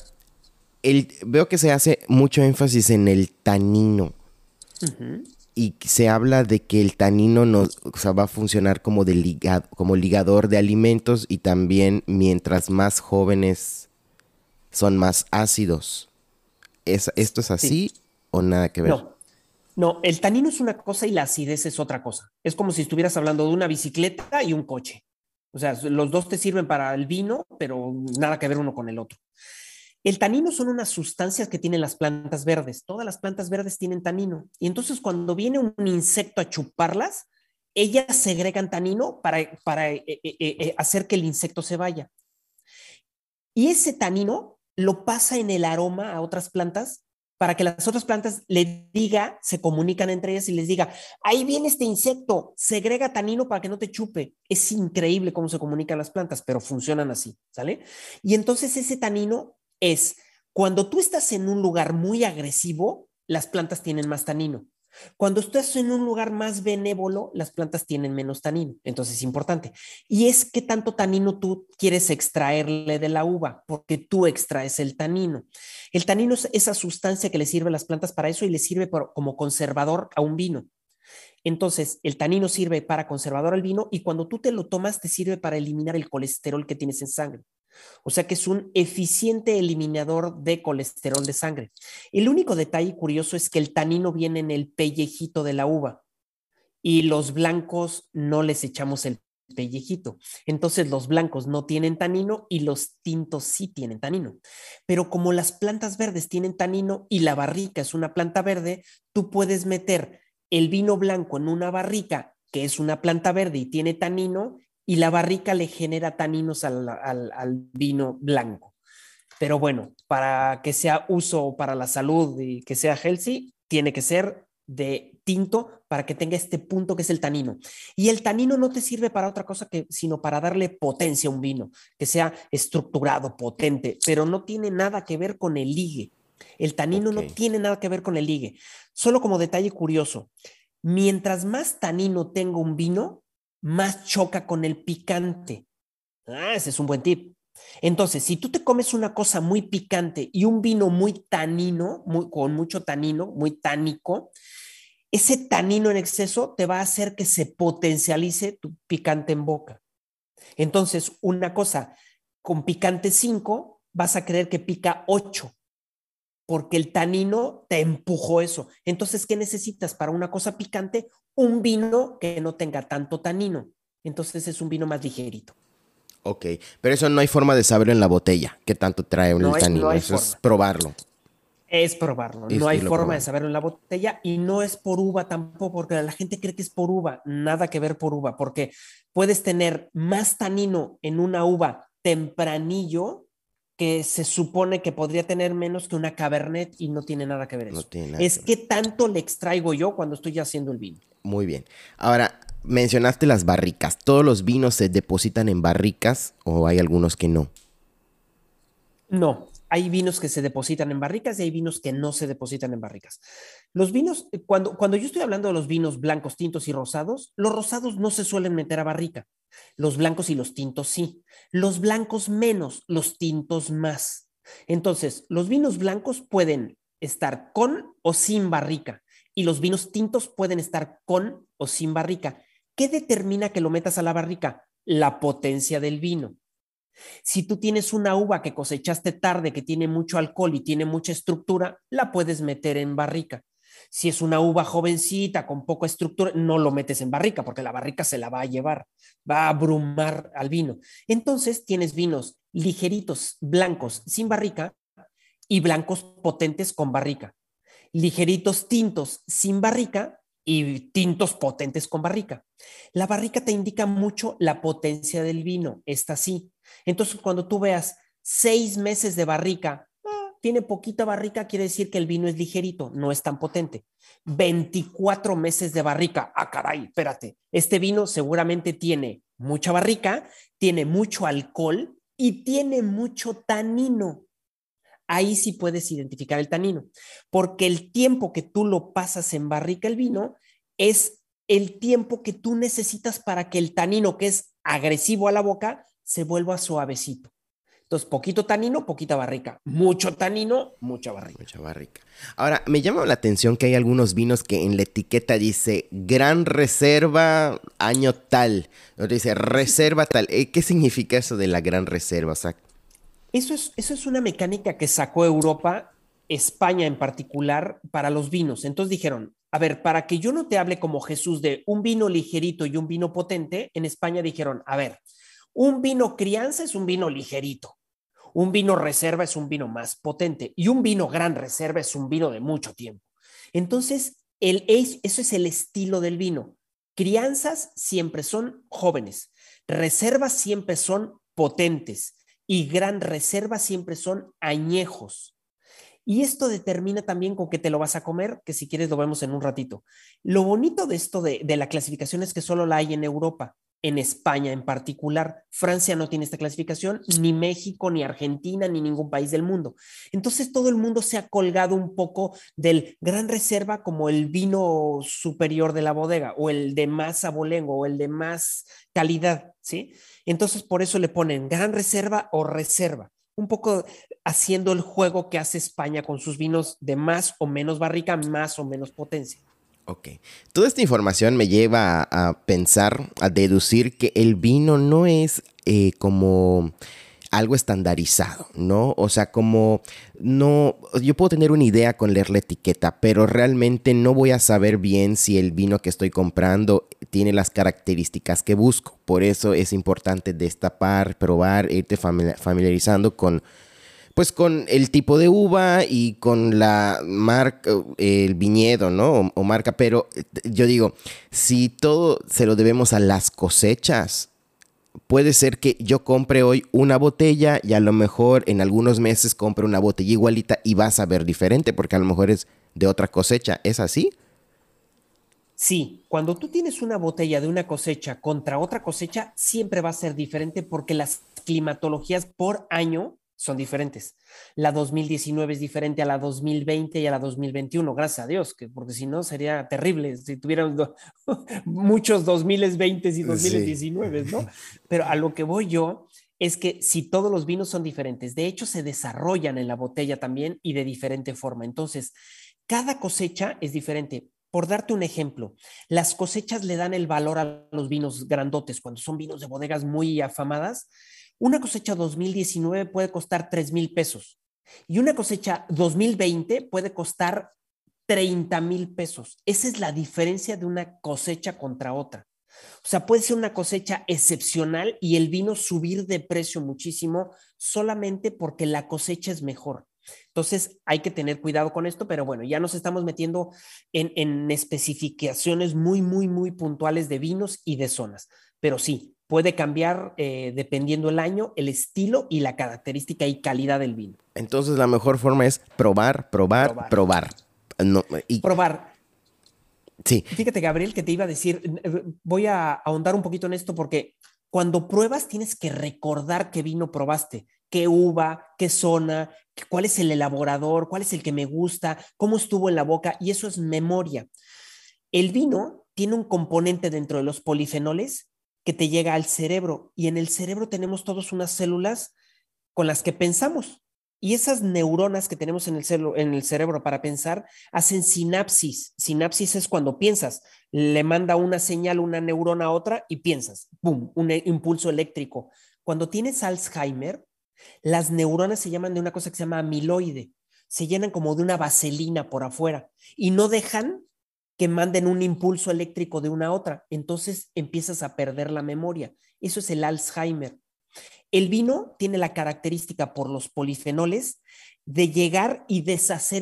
veo que se hace mucho énfasis en el tanino. Y se habla de que el tanino o sea, va a funcionar como, como ligador de alimentos y también mientras más jóvenes son más ácidos. ¿Esto es Sí. así o nada que ver? No, el tanino es una cosa y la acidez es otra cosa. Es como si estuvieras hablando de una bicicleta y un coche. O sea, los dos te sirven para el vino, pero nada que ver uno con el otro. El tanino son unas sustancias que tienen las plantas verdes. Todas las plantas verdes tienen tanino. Y entonces cuando viene un insecto a chuparlas, ellas segregan tanino para hacer que el insecto se vaya. Y ese tanino lo pasa en el aroma a otras plantas para que las otras plantas le diga, se comunican entre ellas y les diga, ahí viene este insecto, segrega tanino para que no te chupe. Es increíble cómo se comunican las plantas, pero funcionan así, ¿sale? Y entonces ese tanino es, cuando tú estás en un lugar muy agresivo, las plantas tienen más tanino. Cuando estás en un lugar más benévolo, las plantas tienen menos tanino. Entonces es importante. Y es qué tanto tanino tú quieres extraerle de la uva, porque tú extraes el tanino. El tanino es esa sustancia que le sirve a las plantas para eso y le sirve como conservador a un vino. Entonces, el tanino sirve para conservador al vino y cuando tú te lo tomas, te sirve para eliminar el colesterol que tienes en sangre. O sea que es un eficiente eliminador de colesterol de sangre. El único detalle curioso es que el tanino viene en el pellejito de la uva y los blancos no les echamos el pellejito. Entonces los blancos no tienen tanino y los tintos sí tienen tanino. Pero como las plantas verdes tienen tanino y la barrica es una planta verde, tú puedes meter el vino blanco en una barrica que es una planta verde y tiene tanino y la barrica le genera taninos al vino blanco. Pero bueno, para que sea uso para la salud y que sea healthy, tiene que ser de tinto para que tenga este punto que es el tanino. Y el tanino no te sirve para otra cosa sino para darle potencia a un vino, que sea estructurado, potente, pero no tiene nada que ver con el ligue. El tanino no Ok. tiene nada que ver con el ligue. Solo como detalle curioso, mientras más tanino tenga un vino, más choca con el picante. Ese es un buen tip. Entonces, si tú te comes una cosa muy picante y un vino muy tanino, con mucho tanino, muy tánico, ese tanino en exceso te va a hacer que se potencialice tu picante en boca. Entonces, una cosa con picante 5 vas a creer que pica 8 porque el tanino te empujó eso. Entonces, ¿qué necesitas para una cosa picante? Un vino que no tenga tanto tanino. Entonces es un vino más ligerito. Ok, pero eso no hay forma de saberlo en la botella, qué tanto trae el No tanino. hay Eso es forma. probarlo. Es probarlo. Es No hay irlo forma de probando. saberlo en la botella y no es por uva tampoco, porque la gente cree que es por uva. Nada que ver por uva, porque puedes tener más tanino en una uva tempranillo que se supone que podría tener menos que una Cabernet y no tiene nada que ver No eso. tiene nada Es que ver. que tanto le extraigo yo cuando estoy haciendo el vino. Muy bien. Ahora, mencionaste las barricas. ¿Todos los vinos se depositan en barricas o hay algunos que no? No, hay vinos que se depositan en barricas y hay vinos que no se depositan en barricas. Los vinos, cuando yo estoy hablando de los vinos blancos, tintos y rosados, los rosados no se suelen meter a barrica. Los blancos y los tintos sí. Los blancos menos, los tintos más. Entonces, los vinos blancos pueden estar con o sin barrica y los vinos tintos pueden estar con o sin barrica. ¿Qué determina que lo metas a la barrica? La potencia del vino. Si tú tienes una uva que cosechaste tarde, que tiene mucho alcohol y tiene mucha estructura, la puedes meter en barrica. Si es una uva jovencita con poca estructura, no lo metes en barrica porque la barrica se la va a llevar, va a abrumar al vino. Entonces tienes vinos ligeritos, blancos, sin barrica y blancos potentes con barrica. Ligeritos tintos sin barrica y tintos potentes con barrica. La barrica te indica mucho la potencia del vino, está así. Entonces, cuando tú veas 6 meses de barrica, tiene poquita barrica, quiere decir que el vino es ligerito, no es tan potente. 24 meses de barrica, caray, espérate, este vino seguramente tiene mucha barrica, tiene mucho alcohol y tiene mucho tanino. Ahí sí puedes identificar el tanino, porque el tiempo que tú lo pasas en barrica el vino es el tiempo que tú necesitas para que el tanino, que es agresivo a la boca, se vuelva suavecito. Entonces, poquito tanino, poquita barrica. Mucho tanino, mucha barrica. Mucha barrica. Ahora, me llama la atención que hay algunos vinos que en la etiqueta dice Gran Reserva año tal. Otro dice Reserva tal. ¿Qué significa eso de la Gran Reserva? O sea, Eso es una mecánica que sacó Europa, España en particular, para los vinos. Entonces dijeron, a ver, para que yo no te hable como Jesús de un vino ligerito y un vino potente, en España dijeron, a ver, un vino crianza es un vino ligerito, un vino reserva es un vino más potente y un vino gran reserva es un vino de mucho tiempo. Entonces, eso es el estilo del vino. Crianzas siempre son jóvenes, reservas siempre son potentes y gran reserva siempre son añejos. Y esto determina también con qué te lo vas a comer, que si quieres lo vemos en un ratito. Lo bonito de esto de la clasificación es que solo la hay en Europa, en España en particular. Francia no tiene esta clasificación, ni México, ni Argentina, ni ningún país del mundo. Entonces todo el mundo se ha colgado un poco del gran reserva como el vino superior de la bodega, o el de más abolengo, o el de más calidad, ¿sí? Entonces por eso le ponen gran reserva o reserva. Un poco haciendo el juego que hace España con sus vinos de más o menos barrica, más o menos potencia. ok. Toda esta información me lleva a pensar, a deducir que el vino no es como algo estandarizado, ¿no? O sea, como no, yo puedo tener una idea con leer la etiqueta, pero realmente no voy a saber bien si el vino que estoy comprando tiene las características que busco. Por eso es importante destapar, probar, irte familiarizando con, pues, con el tipo de uva y con la marca, el viñedo, ¿no? O marca, pero yo digo, si todo se lo debemos a las cosechas, puede ser que yo compre hoy una botella y a lo mejor en algunos meses compre una botella igualita y va a saber diferente porque a lo mejor es de otra cosecha. ¿Es así? Sí, cuando tú tienes una botella de una cosecha contra otra cosecha, siempre va a ser diferente porque las climatologías por año son diferentes. La 2019 es diferente a la 2020 y a la 2021, gracias a Dios, porque si no sería terrible si tuvieran muchos 2020 y Sí. 2019, ¿no? Pero a lo que voy yo es que si todos los vinos son diferentes, de hecho se desarrollan en la botella también y de diferente forma. Entonces, cada cosecha es diferente. Por darte un ejemplo, las cosechas le dan el valor a los vinos grandotes, cuando son vinos de bodegas muy afamadas. Una cosecha 2019 puede costar 3,000 pesos y una cosecha 2020 puede costar 30,000 pesos. Esa es la diferencia de una cosecha contra otra. O sea, puede ser una cosecha excepcional y el vino subir de precio muchísimo solamente porque la cosecha es mejor. Entonces hay que tener cuidado con esto, pero bueno, ya nos estamos metiendo en especificaciones muy puntuales de vinos y de zonas. Pero sí, puede cambiar dependiendo el año, el estilo y la característica y calidad del vino. Entonces la mejor forma es probar, probar, Probar. probar. No, y Probar. sí, Fíjate, Gabriel, que te iba a decir, voy a ahondar un poquito en esto porque cuando pruebas tienes que recordar qué vino probaste, qué uva, qué zona, cuál es el elaborador, cuál es el que me gusta, cómo estuvo en la boca, y eso es memoria. El vino tiene un componente dentro de los polifenoles que te llega al cerebro y en el cerebro tenemos todas unas células con las que pensamos. Y esas neuronas que tenemos en el cerebro para pensar hacen sinapsis. Sinapsis es cuando piensas, le manda una señal una neurona a otra y piensas, ¡pum!, un impulso eléctrico. Cuando tienes Alzheimer, las neuronas se llaman de una cosa que se llama amiloide. Se llenan como de una vaselina por afuera y no dejan que manden un impulso eléctrico de una a otra. Entonces empiezas a perder la memoria. Eso es el Alzheimer. El vino tiene la característica por los polifenoles de llegar y deshacer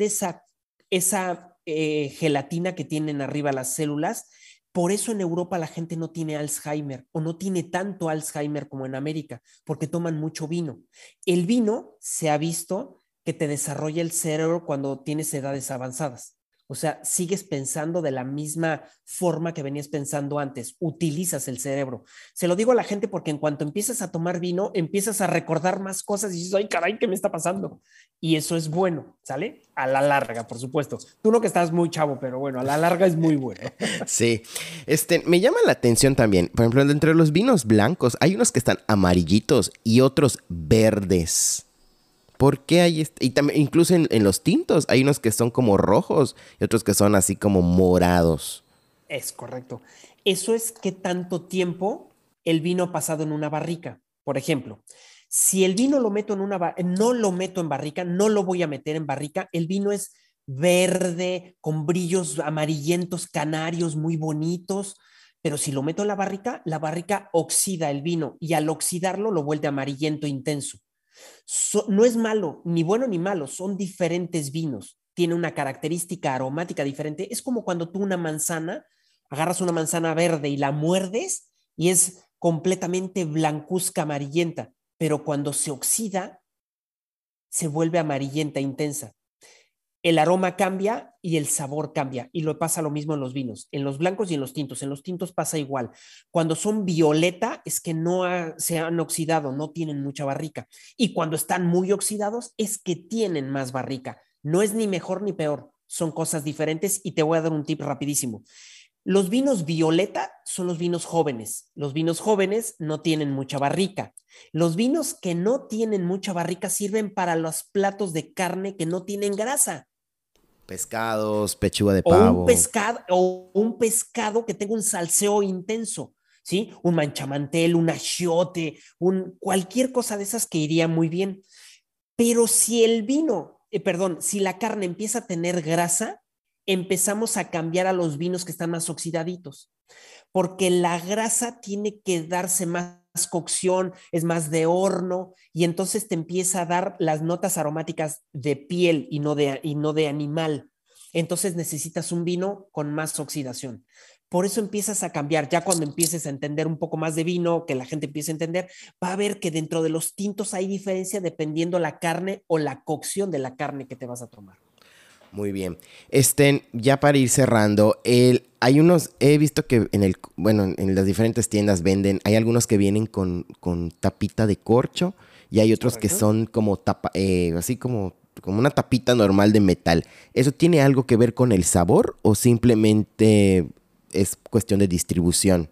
esa gelatina que tienen arriba las células. Por eso en Europa la gente no tiene Alzheimer o no tiene tanto Alzheimer como en América, porque toman mucho vino. El vino se ha visto que te desarrolla el cerebro cuando tienes edades avanzadas. O sea, sigues pensando de la misma forma que venías pensando antes, utilizas el cerebro. Se lo digo a la gente porque en cuanto empiezas a tomar vino, empiezas a recordar más cosas y dices, ay, caray, ¿qué me está pasando? Y eso es bueno, ¿sale? A la larga, por supuesto. Tú no, que estás muy chavo, pero bueno, a la larga es muy bueno. sí. Me llama la atención también. Por ejemplo, entre los vinos blancos hay unos que están amarillitos y otros verdes. ¿Por qué hay y también incluso en los tintos hay unos que son como rojos y otros que son así como morados? Es correcto. Eso es que tanto tiempo el vino ha pasado en una barrica. Por ejemplo, si el vino lo meto no lo meto en barrica, no lo voy a meter en barrica, el vino es verde, con brillos amarillentos, canarios, muy bonitos, pero si lo meto en la barrica oxida el vino y al oxidarlo lo vuelve amarillento intenso. No es malo, ni bueno ni malo, son diferentes vinos. Tiene una característica aromática diferente. Es como cuando tú agarras una manzana verde y la muerdes y es completamente blancuzca amarillenta, pero cuando se oxida se vuelve amarillenta intensa. El aroma cambia y el sabor cambia. Y lo pasa lo mismo en los vinos, en los blancos y en los tintos. En los tintos pasa igual. Cuando son violeta es que se han oxidado, no tienen mucha barrica. Y cuando están muy oxidados es que tienen más barrica. No es ni mejor ni peor, son cosas diferentes y te voy a dar un tip rapidísimo. Los vinos violeta son los vinos jóvenes. Los vinos jóvenes no tienen mucha barrica. Los vinos que no tienen mucha barrica sirven para los platos de carne que no tienen grasa. Pescados, pechuga de O pavo. un pescado que tenga un salseo intenso, ¿sí? Un manchamantel, un achiote, cualquier cosa de esas que iría muy bien. Pero si si la carne empieza a tener grasa, empezamos a cambiar a los vinos que están más oxidaditos, porque la grasa tiene que darse más cocción, es más de horno, y entonces te empieza a dar las notas aromáticas de piel y no de animal. Entonces necesitas un vino con más oxidación. Por eso empiezas a cambiar. Ya cuando empieces a entender un poco más de vino, que la gente empiece a entender, va a ver que dentro de los tintos hay diferencia dependiendo la carne o la cocción de la carne que te vas a tomar. Muy bien. Ya para ir cerrando, hay unos, he visto que en las diferentes tiendas venden, hay algunos que vienen con tapita de corcho y hay otros que Correcto. son como tapa, así como una tapita normal de metal. ¿Eso tiene algo que ver con el sabor o simplemente es cuestión de distribución?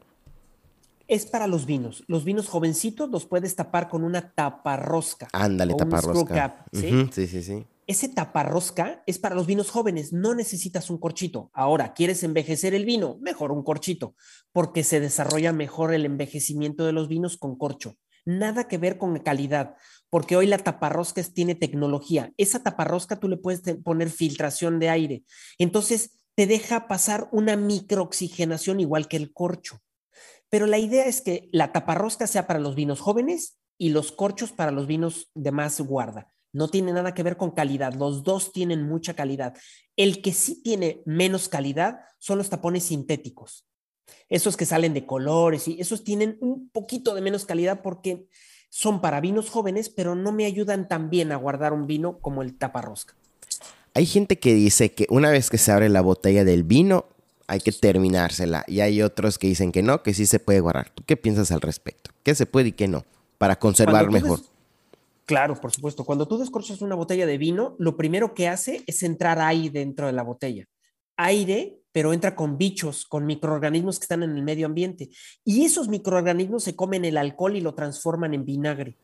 Es para los vinos. Los vinos jovencitos los puedes tapar con una taparrosca Ándale, o un screw taparrosca. cap, ¿sí? Ujú, sí, sí, sí. Ese taparrosca es para los vinos jóvenes, no necesitas un corchito. Ahora, ¿quieres envejecer el vino? Mejor un corchito, porque se desarrolla mejor el envejecimiento de los vinos con corcho. Nada que ver con la calidad, porque hoy la taparrosca tiene tecnología. Esa taparrosca tú le puedes poner filtración de aire. Entonces, te deja pasar una microoxigenación igual que el corcho. Pero la idea es que la taparrosca sea para los vinos jóvenes y los corchos para los vinos de más guarda. No tiene nada que ver con calidad. Los dos tienen mucha calidad. El que sí tiene menos calidad son los tapones sintéticos. Esos que salen de colores y esos tienen un poquito de menos calidad porque son para vinos jóvenes, pero no me ayudan tan bien a guardar un vino como el taparrosca. Hay gente que dice que una vez que se abre la botella del vino, hay que terminársela. Y hay otros que dicen que no, que sí se puede guardar. ¿Tú qué piensas al respecto? ¿Qué se puede y qué no? Para conservar mejor. Claro, por supuesto. Cuando tú descorchas una botella de vino, lo primero que hace es entrar aire dentro de la botella. Aire, pero entra con bichos, con microorganismos que están en el medio ambiente. Y esos microorganismos se comen el alcohol y lo transforman en vinagre.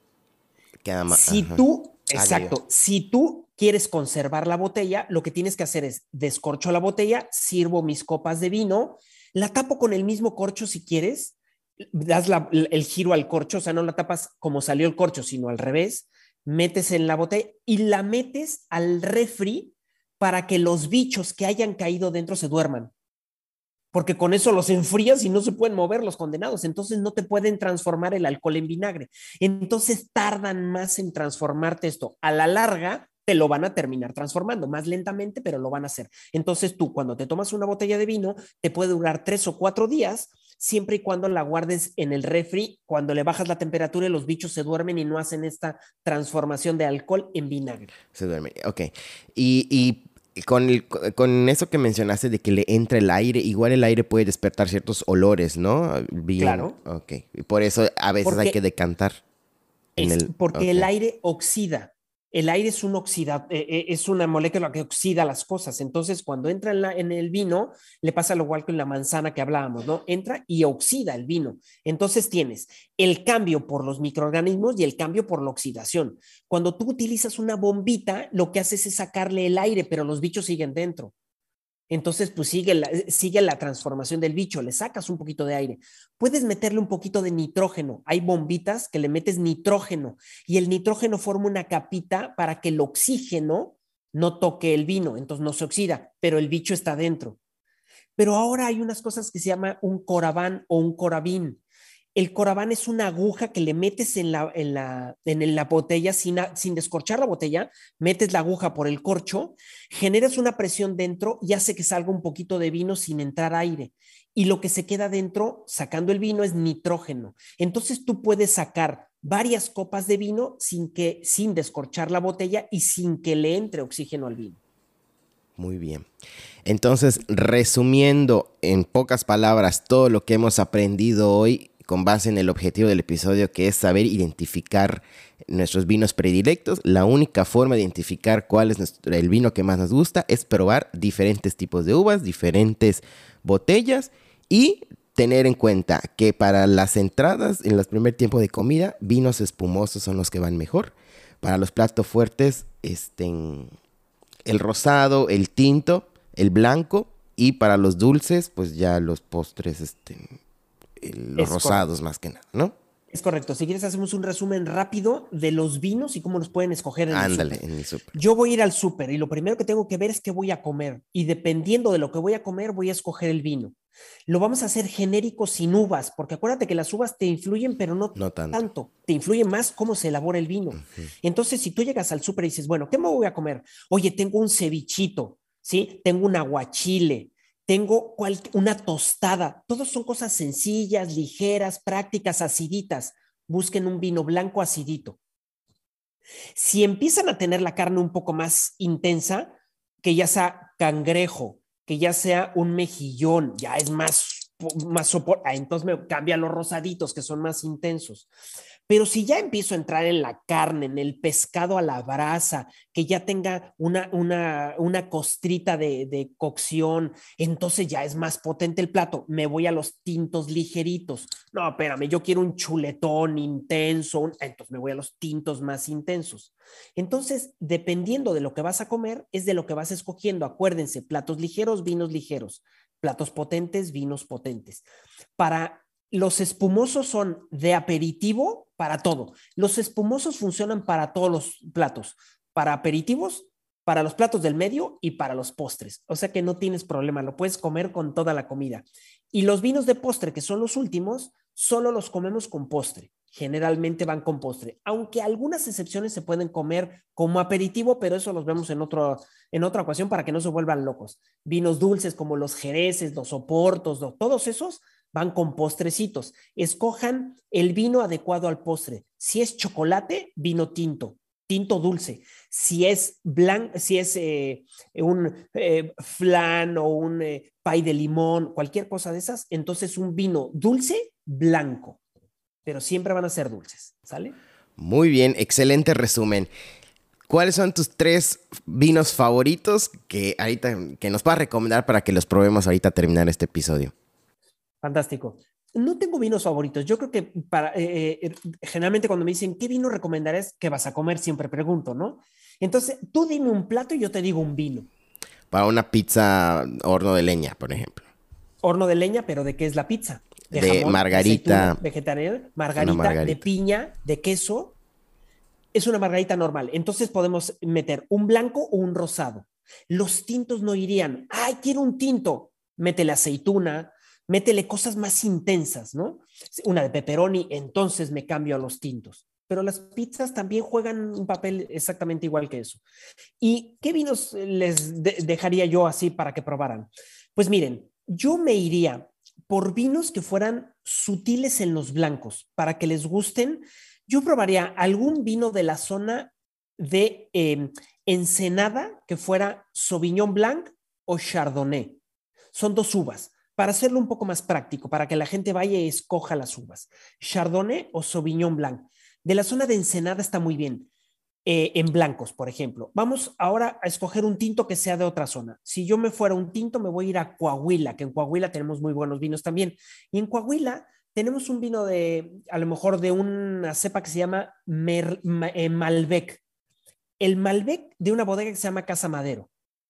Queda Si ajá. tú, Agrio. exacto, si tú quieres conservar la botella, lo que tienes que hacer es descorcho la botella, sirvo mis copas de vino, la tapo con el mismo corcho si quieres, das el giro al corcho, o sea, no la tapas como salió el corcho, sino al revés, metes en la botella y la metes al refri para que los bichos que hayan caído dentro se duerman. Porque con eso los enfrías y no se pueden mover los condenados, entonces no te pueden transformar el alcohol en vinagre. Entonces tardan más en transformarte esto. A la larga te lo van a terminar transformando, más lentamente, pero lo van a hacer. Entonces tú cuando te tomas una botella de vino, te puede durar 3 o 4 días, siempre y cuando la guardes en el refri, cuando le bajas la temperatura y los bichos se duermen y no hacen esta transformación de alcohol en vinagre. Se duerme. Ok. Y con eso que mencionaste de que le entra el aire, igual el aire puede despertar ciertos olores, ¿no? Bien. Claro. Ok. Y por eso a veces hay que Porque decantar en porque Ok. el aire oxida. El aire es es una molécula que oxida las cosas. Entonces, cuando entra en el vino, le pasa lo igual que en la manzana que hablábamos, ¿no? Entra y oxida el vino. Entonces tienes el cambio por los microorganismos y el cambio por la oxidación. Cuando tú utilizas una bombita, lo que haces es sacarle el aire, pero los bichos siguen dentro. Entonces, pues sigue la transformación del bicho, le sacas un poquito de aire. Puedes meterle un poquito de nitrógeno. Hay bombitas que le metes nitrógeno y el nitrógeno forma una capita para que el oxígeno no toque el vino, entonces no se oxida, pero el bicho está dentro. Pero ahora hay unas cosas que se llama un coraván o un coravín. El coraván es una aguja que le metes en la botella sin descorchar la botella, metes la aguja por el corcho, generas una presión dentro y hace que salga un poquito de vino sin entrar aire. Y lo que se queda dentro, sacando el vino, es nitrógeno. Entonces tú puedes sacar varias copas de vino sin descorchar la botella y sin que le entre oxígeno al vino. Muy bien. Entonces, resumiendo en pocas palabras todo lo que hemos aprendido hoy con base en el objetivo del episodio, que es saber identificar nuestros vinos predilectos, la única forma de identificar cuál es el vino que más nos gusta es probar diferentes tipos de uvas, diferentes botellas y tener en cuenta que para las entradas, en los primer tiempos de comida, vinos espumosos son los que van mejor. Para los platos fuertes, el rosado, el tinto, el blanco, y para los dulces, pues ya los postres, los Es rosados correcto. más que nada, ¿no? Es correcto. Si quieres, hacemos un resumen rápido de los vinos y cómo los pueden escoger en el Ándale, súper. en mi súper. Yo voy a ir al súper y lo primero que tengo que ver es qué voy a comer. Y dependiendo de lo que voy a comer, voy a escoger el vino. Lo vamos a hacer genérico sin uvas, porque acuérdate que las uvas te influyen, pero no No tanto. tanto. Te influye más cómo se elabora el vino. Entonces, si tú llegas al súper y dices, bueno, ¿qué me voy a comer? Oye, tengo un cevichito, ¿sí? Tengo un aguachile, tengo una tostada. Todos son cosas sencillas, ligeras, prácticas, aciditas. Busquen un vino blanco acidito. Si empiezan a tener la carne un poco más intensa, que ya sea cangrejo, que ya sea un mejillón, ya es más soporte, entonces me cambian los rosaditos que son más intensos. Pero si ya empiezo a entrar en la carne, en el pescado a la brasa, que ya tenga una costrita de cocción, entonces ya es más potente el plato. Me voy a los tintos ligeritos. No, espérame, yo quiero un chuletón intenso, entonces me voy a los tintos más intensos. Entonces, dependiendo de lo que vas a comer, es de lo que vas escogiendo. Acuérdense, platos ligeros, vinos ligeros. Platos potentes, vinos potentes. Para los espumosos son de aperitivo para todo. Los espumosos funcionan para todos los platos, para aperitivos, para los platos del medio y para los postres. O sea que no tienes problema, lo puedes comer con toda la comida. Y los vinos de postre, que son los últimos, solo los comemos con postre. Generalmente van con postre, aunque algunas excepciones se pueden comer como aperitivo, pero eso los vemos en otra ocasión para que no se vuelvan locos. Vinos dulces como los jereces, los oportos, todos esos van con postrecitos. Escojan el vino adecuado al postre. Si es chocolate, vino tinto dulce. Si es un flan o un pay de limón, cualquier cosa de esas, entonces un vino dulce, blanco. Pero siempre van a ser dulces, ¿sale? Muy bien, excelente resumen. ¿Cuáles son tus 3 vinos favoritos que nos puedas recomendar para que los probemos ahorita a terminar este episodio? Fantástico. No tengo vinos favoritos. Yo creo que generalmente cuando me dicen ¿qué vino recomendarás que vas a comer? Siempre pregunto, ¿no? Entonces, tú dime un plato y yo te digo un vino. Para una pizza horno de leña, por ejemplo. Horno de leña, pero ¿de qué es la pizza? De jamón, margarita. Aceituna, vegetariana, margarita, de piña, de queso. Es una margarita normal. Entonces podemos meter un blanco o un rosado. Los tintos no irían. ¡Ay, quiero un tinto! Métele aceituna, métele cosas más intensas, ¿no? Una de pepperoni, entonces me cambio a los tintos. Pero las pizzas también juegan un papel exactamente igual que eso. ¿Y qué vinos les dejaría yo así para que probaran? Pues miren, yo me iría por vinos que fueran sutiles en los blancos, para que les gusten. Yo probaría algún vino de la zona de Ensenada, que fuera Sauvignon Blanc o Chardonnay. Son 2 uvas, para hacerlo un poco más práctico, para que la gente vaya y escoja las uvas. Chardonnay o Sauvignon Blanc. De la zona de Ensenada está muy bien. En blancos, por ejemplo. Vamos ahora a escoger un tinto que sea de otra zona. Si yo me fuera un tinto, me voy a ir a Coahuila, que en Coahuila tenemos muy buenos vinos también. Y en Coahuila tenemos un vino a lo mejor de una cepa que se llama Malbec. El Malbec de una bodega que se llama Casa Madero.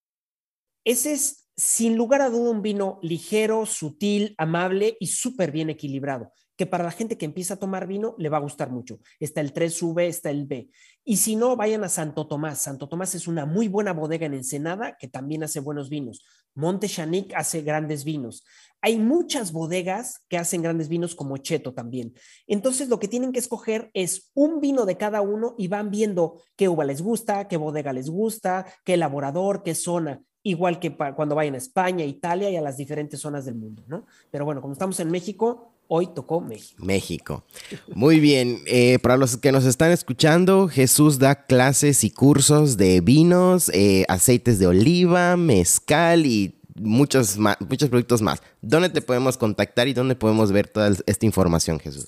Ese es, sin lugar a duda, un vino ligero, sutil, amable y súper bien equilibrado, que para la gente que empieza a tomar vino le va a gustar mucho. Está el 3V, está el B. Y si no, vayan a Santo Tomás. Santo Tomás es una muy buena bodega en Ensenada que también hace buenos vinos. Monte Chanic hace grandes vinos. Hay muchas bodegas que hacen grandes vinos como Cheto también. Entonces lo que tienen que escoger es un vino de cada uno y van viendo qué uva les gusta, qué bodega les gusta, qué elaborador, qué zona. Igual que cuando vayan a España, Italia y a las diferentes zonas del mundo, ¿no? Pero bueno, como estamos en México, hoy tocó México. México. Muy bien. Para los que nos están escuchando, Jesús da clases y cursos de vinos, aceites de oliva, mezcal y muchos productos más. ¿Dónde te podemos contactar y dónde podemos ver toda esta información, Jesús?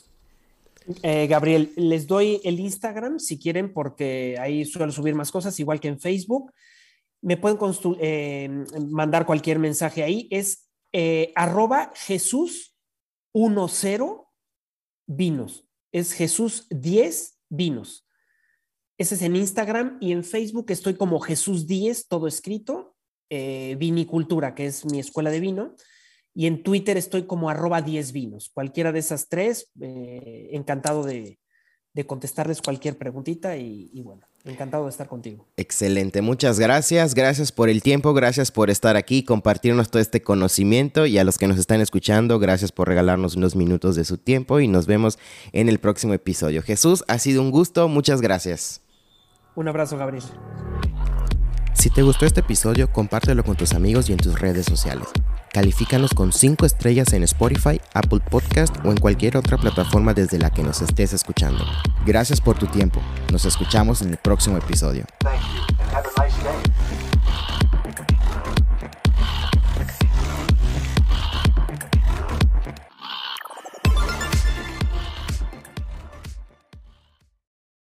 Gabriel, les doy el Instagram si quieren, porque ahí suelo subir más cosas, igual que en Facebook. Me pueden mandar cualquier mensaje ahí. Es @Jesús10vinos. Es Jesús10vinos. Ese es en Instagram, y en Facebook estoy como Jesús10, todo escrito, Vinicultura, que es mi escuela de vino. Y en Twitter estoy como @10vinos. Cualquiera de esas 3, encantado de contestarles cualquier preguntita y bueno, encantado de estar contigo. Excelente, muchas gracias. Gracias por el tiempo, gracias por estar aquí, compartirnos todo este conocimiento, y a los que nos están escuchando, gracias por regalarnos unos minutos de su tiempo y nos vemos en el próximo episodio. Jesús, ha sido un gusto, muchas gracias. Un abrazo, Gabriel. Si te gustó este episodio, compártelo con tus amigos y en tus redes sociales. Califícanos con 5 estrellas en Spotify, Apple Podcast o en cualquier otra plataforma desde la que nos estés escuchando. Gracias por tu tiempo. Nos escuchamos en el próximo episodio.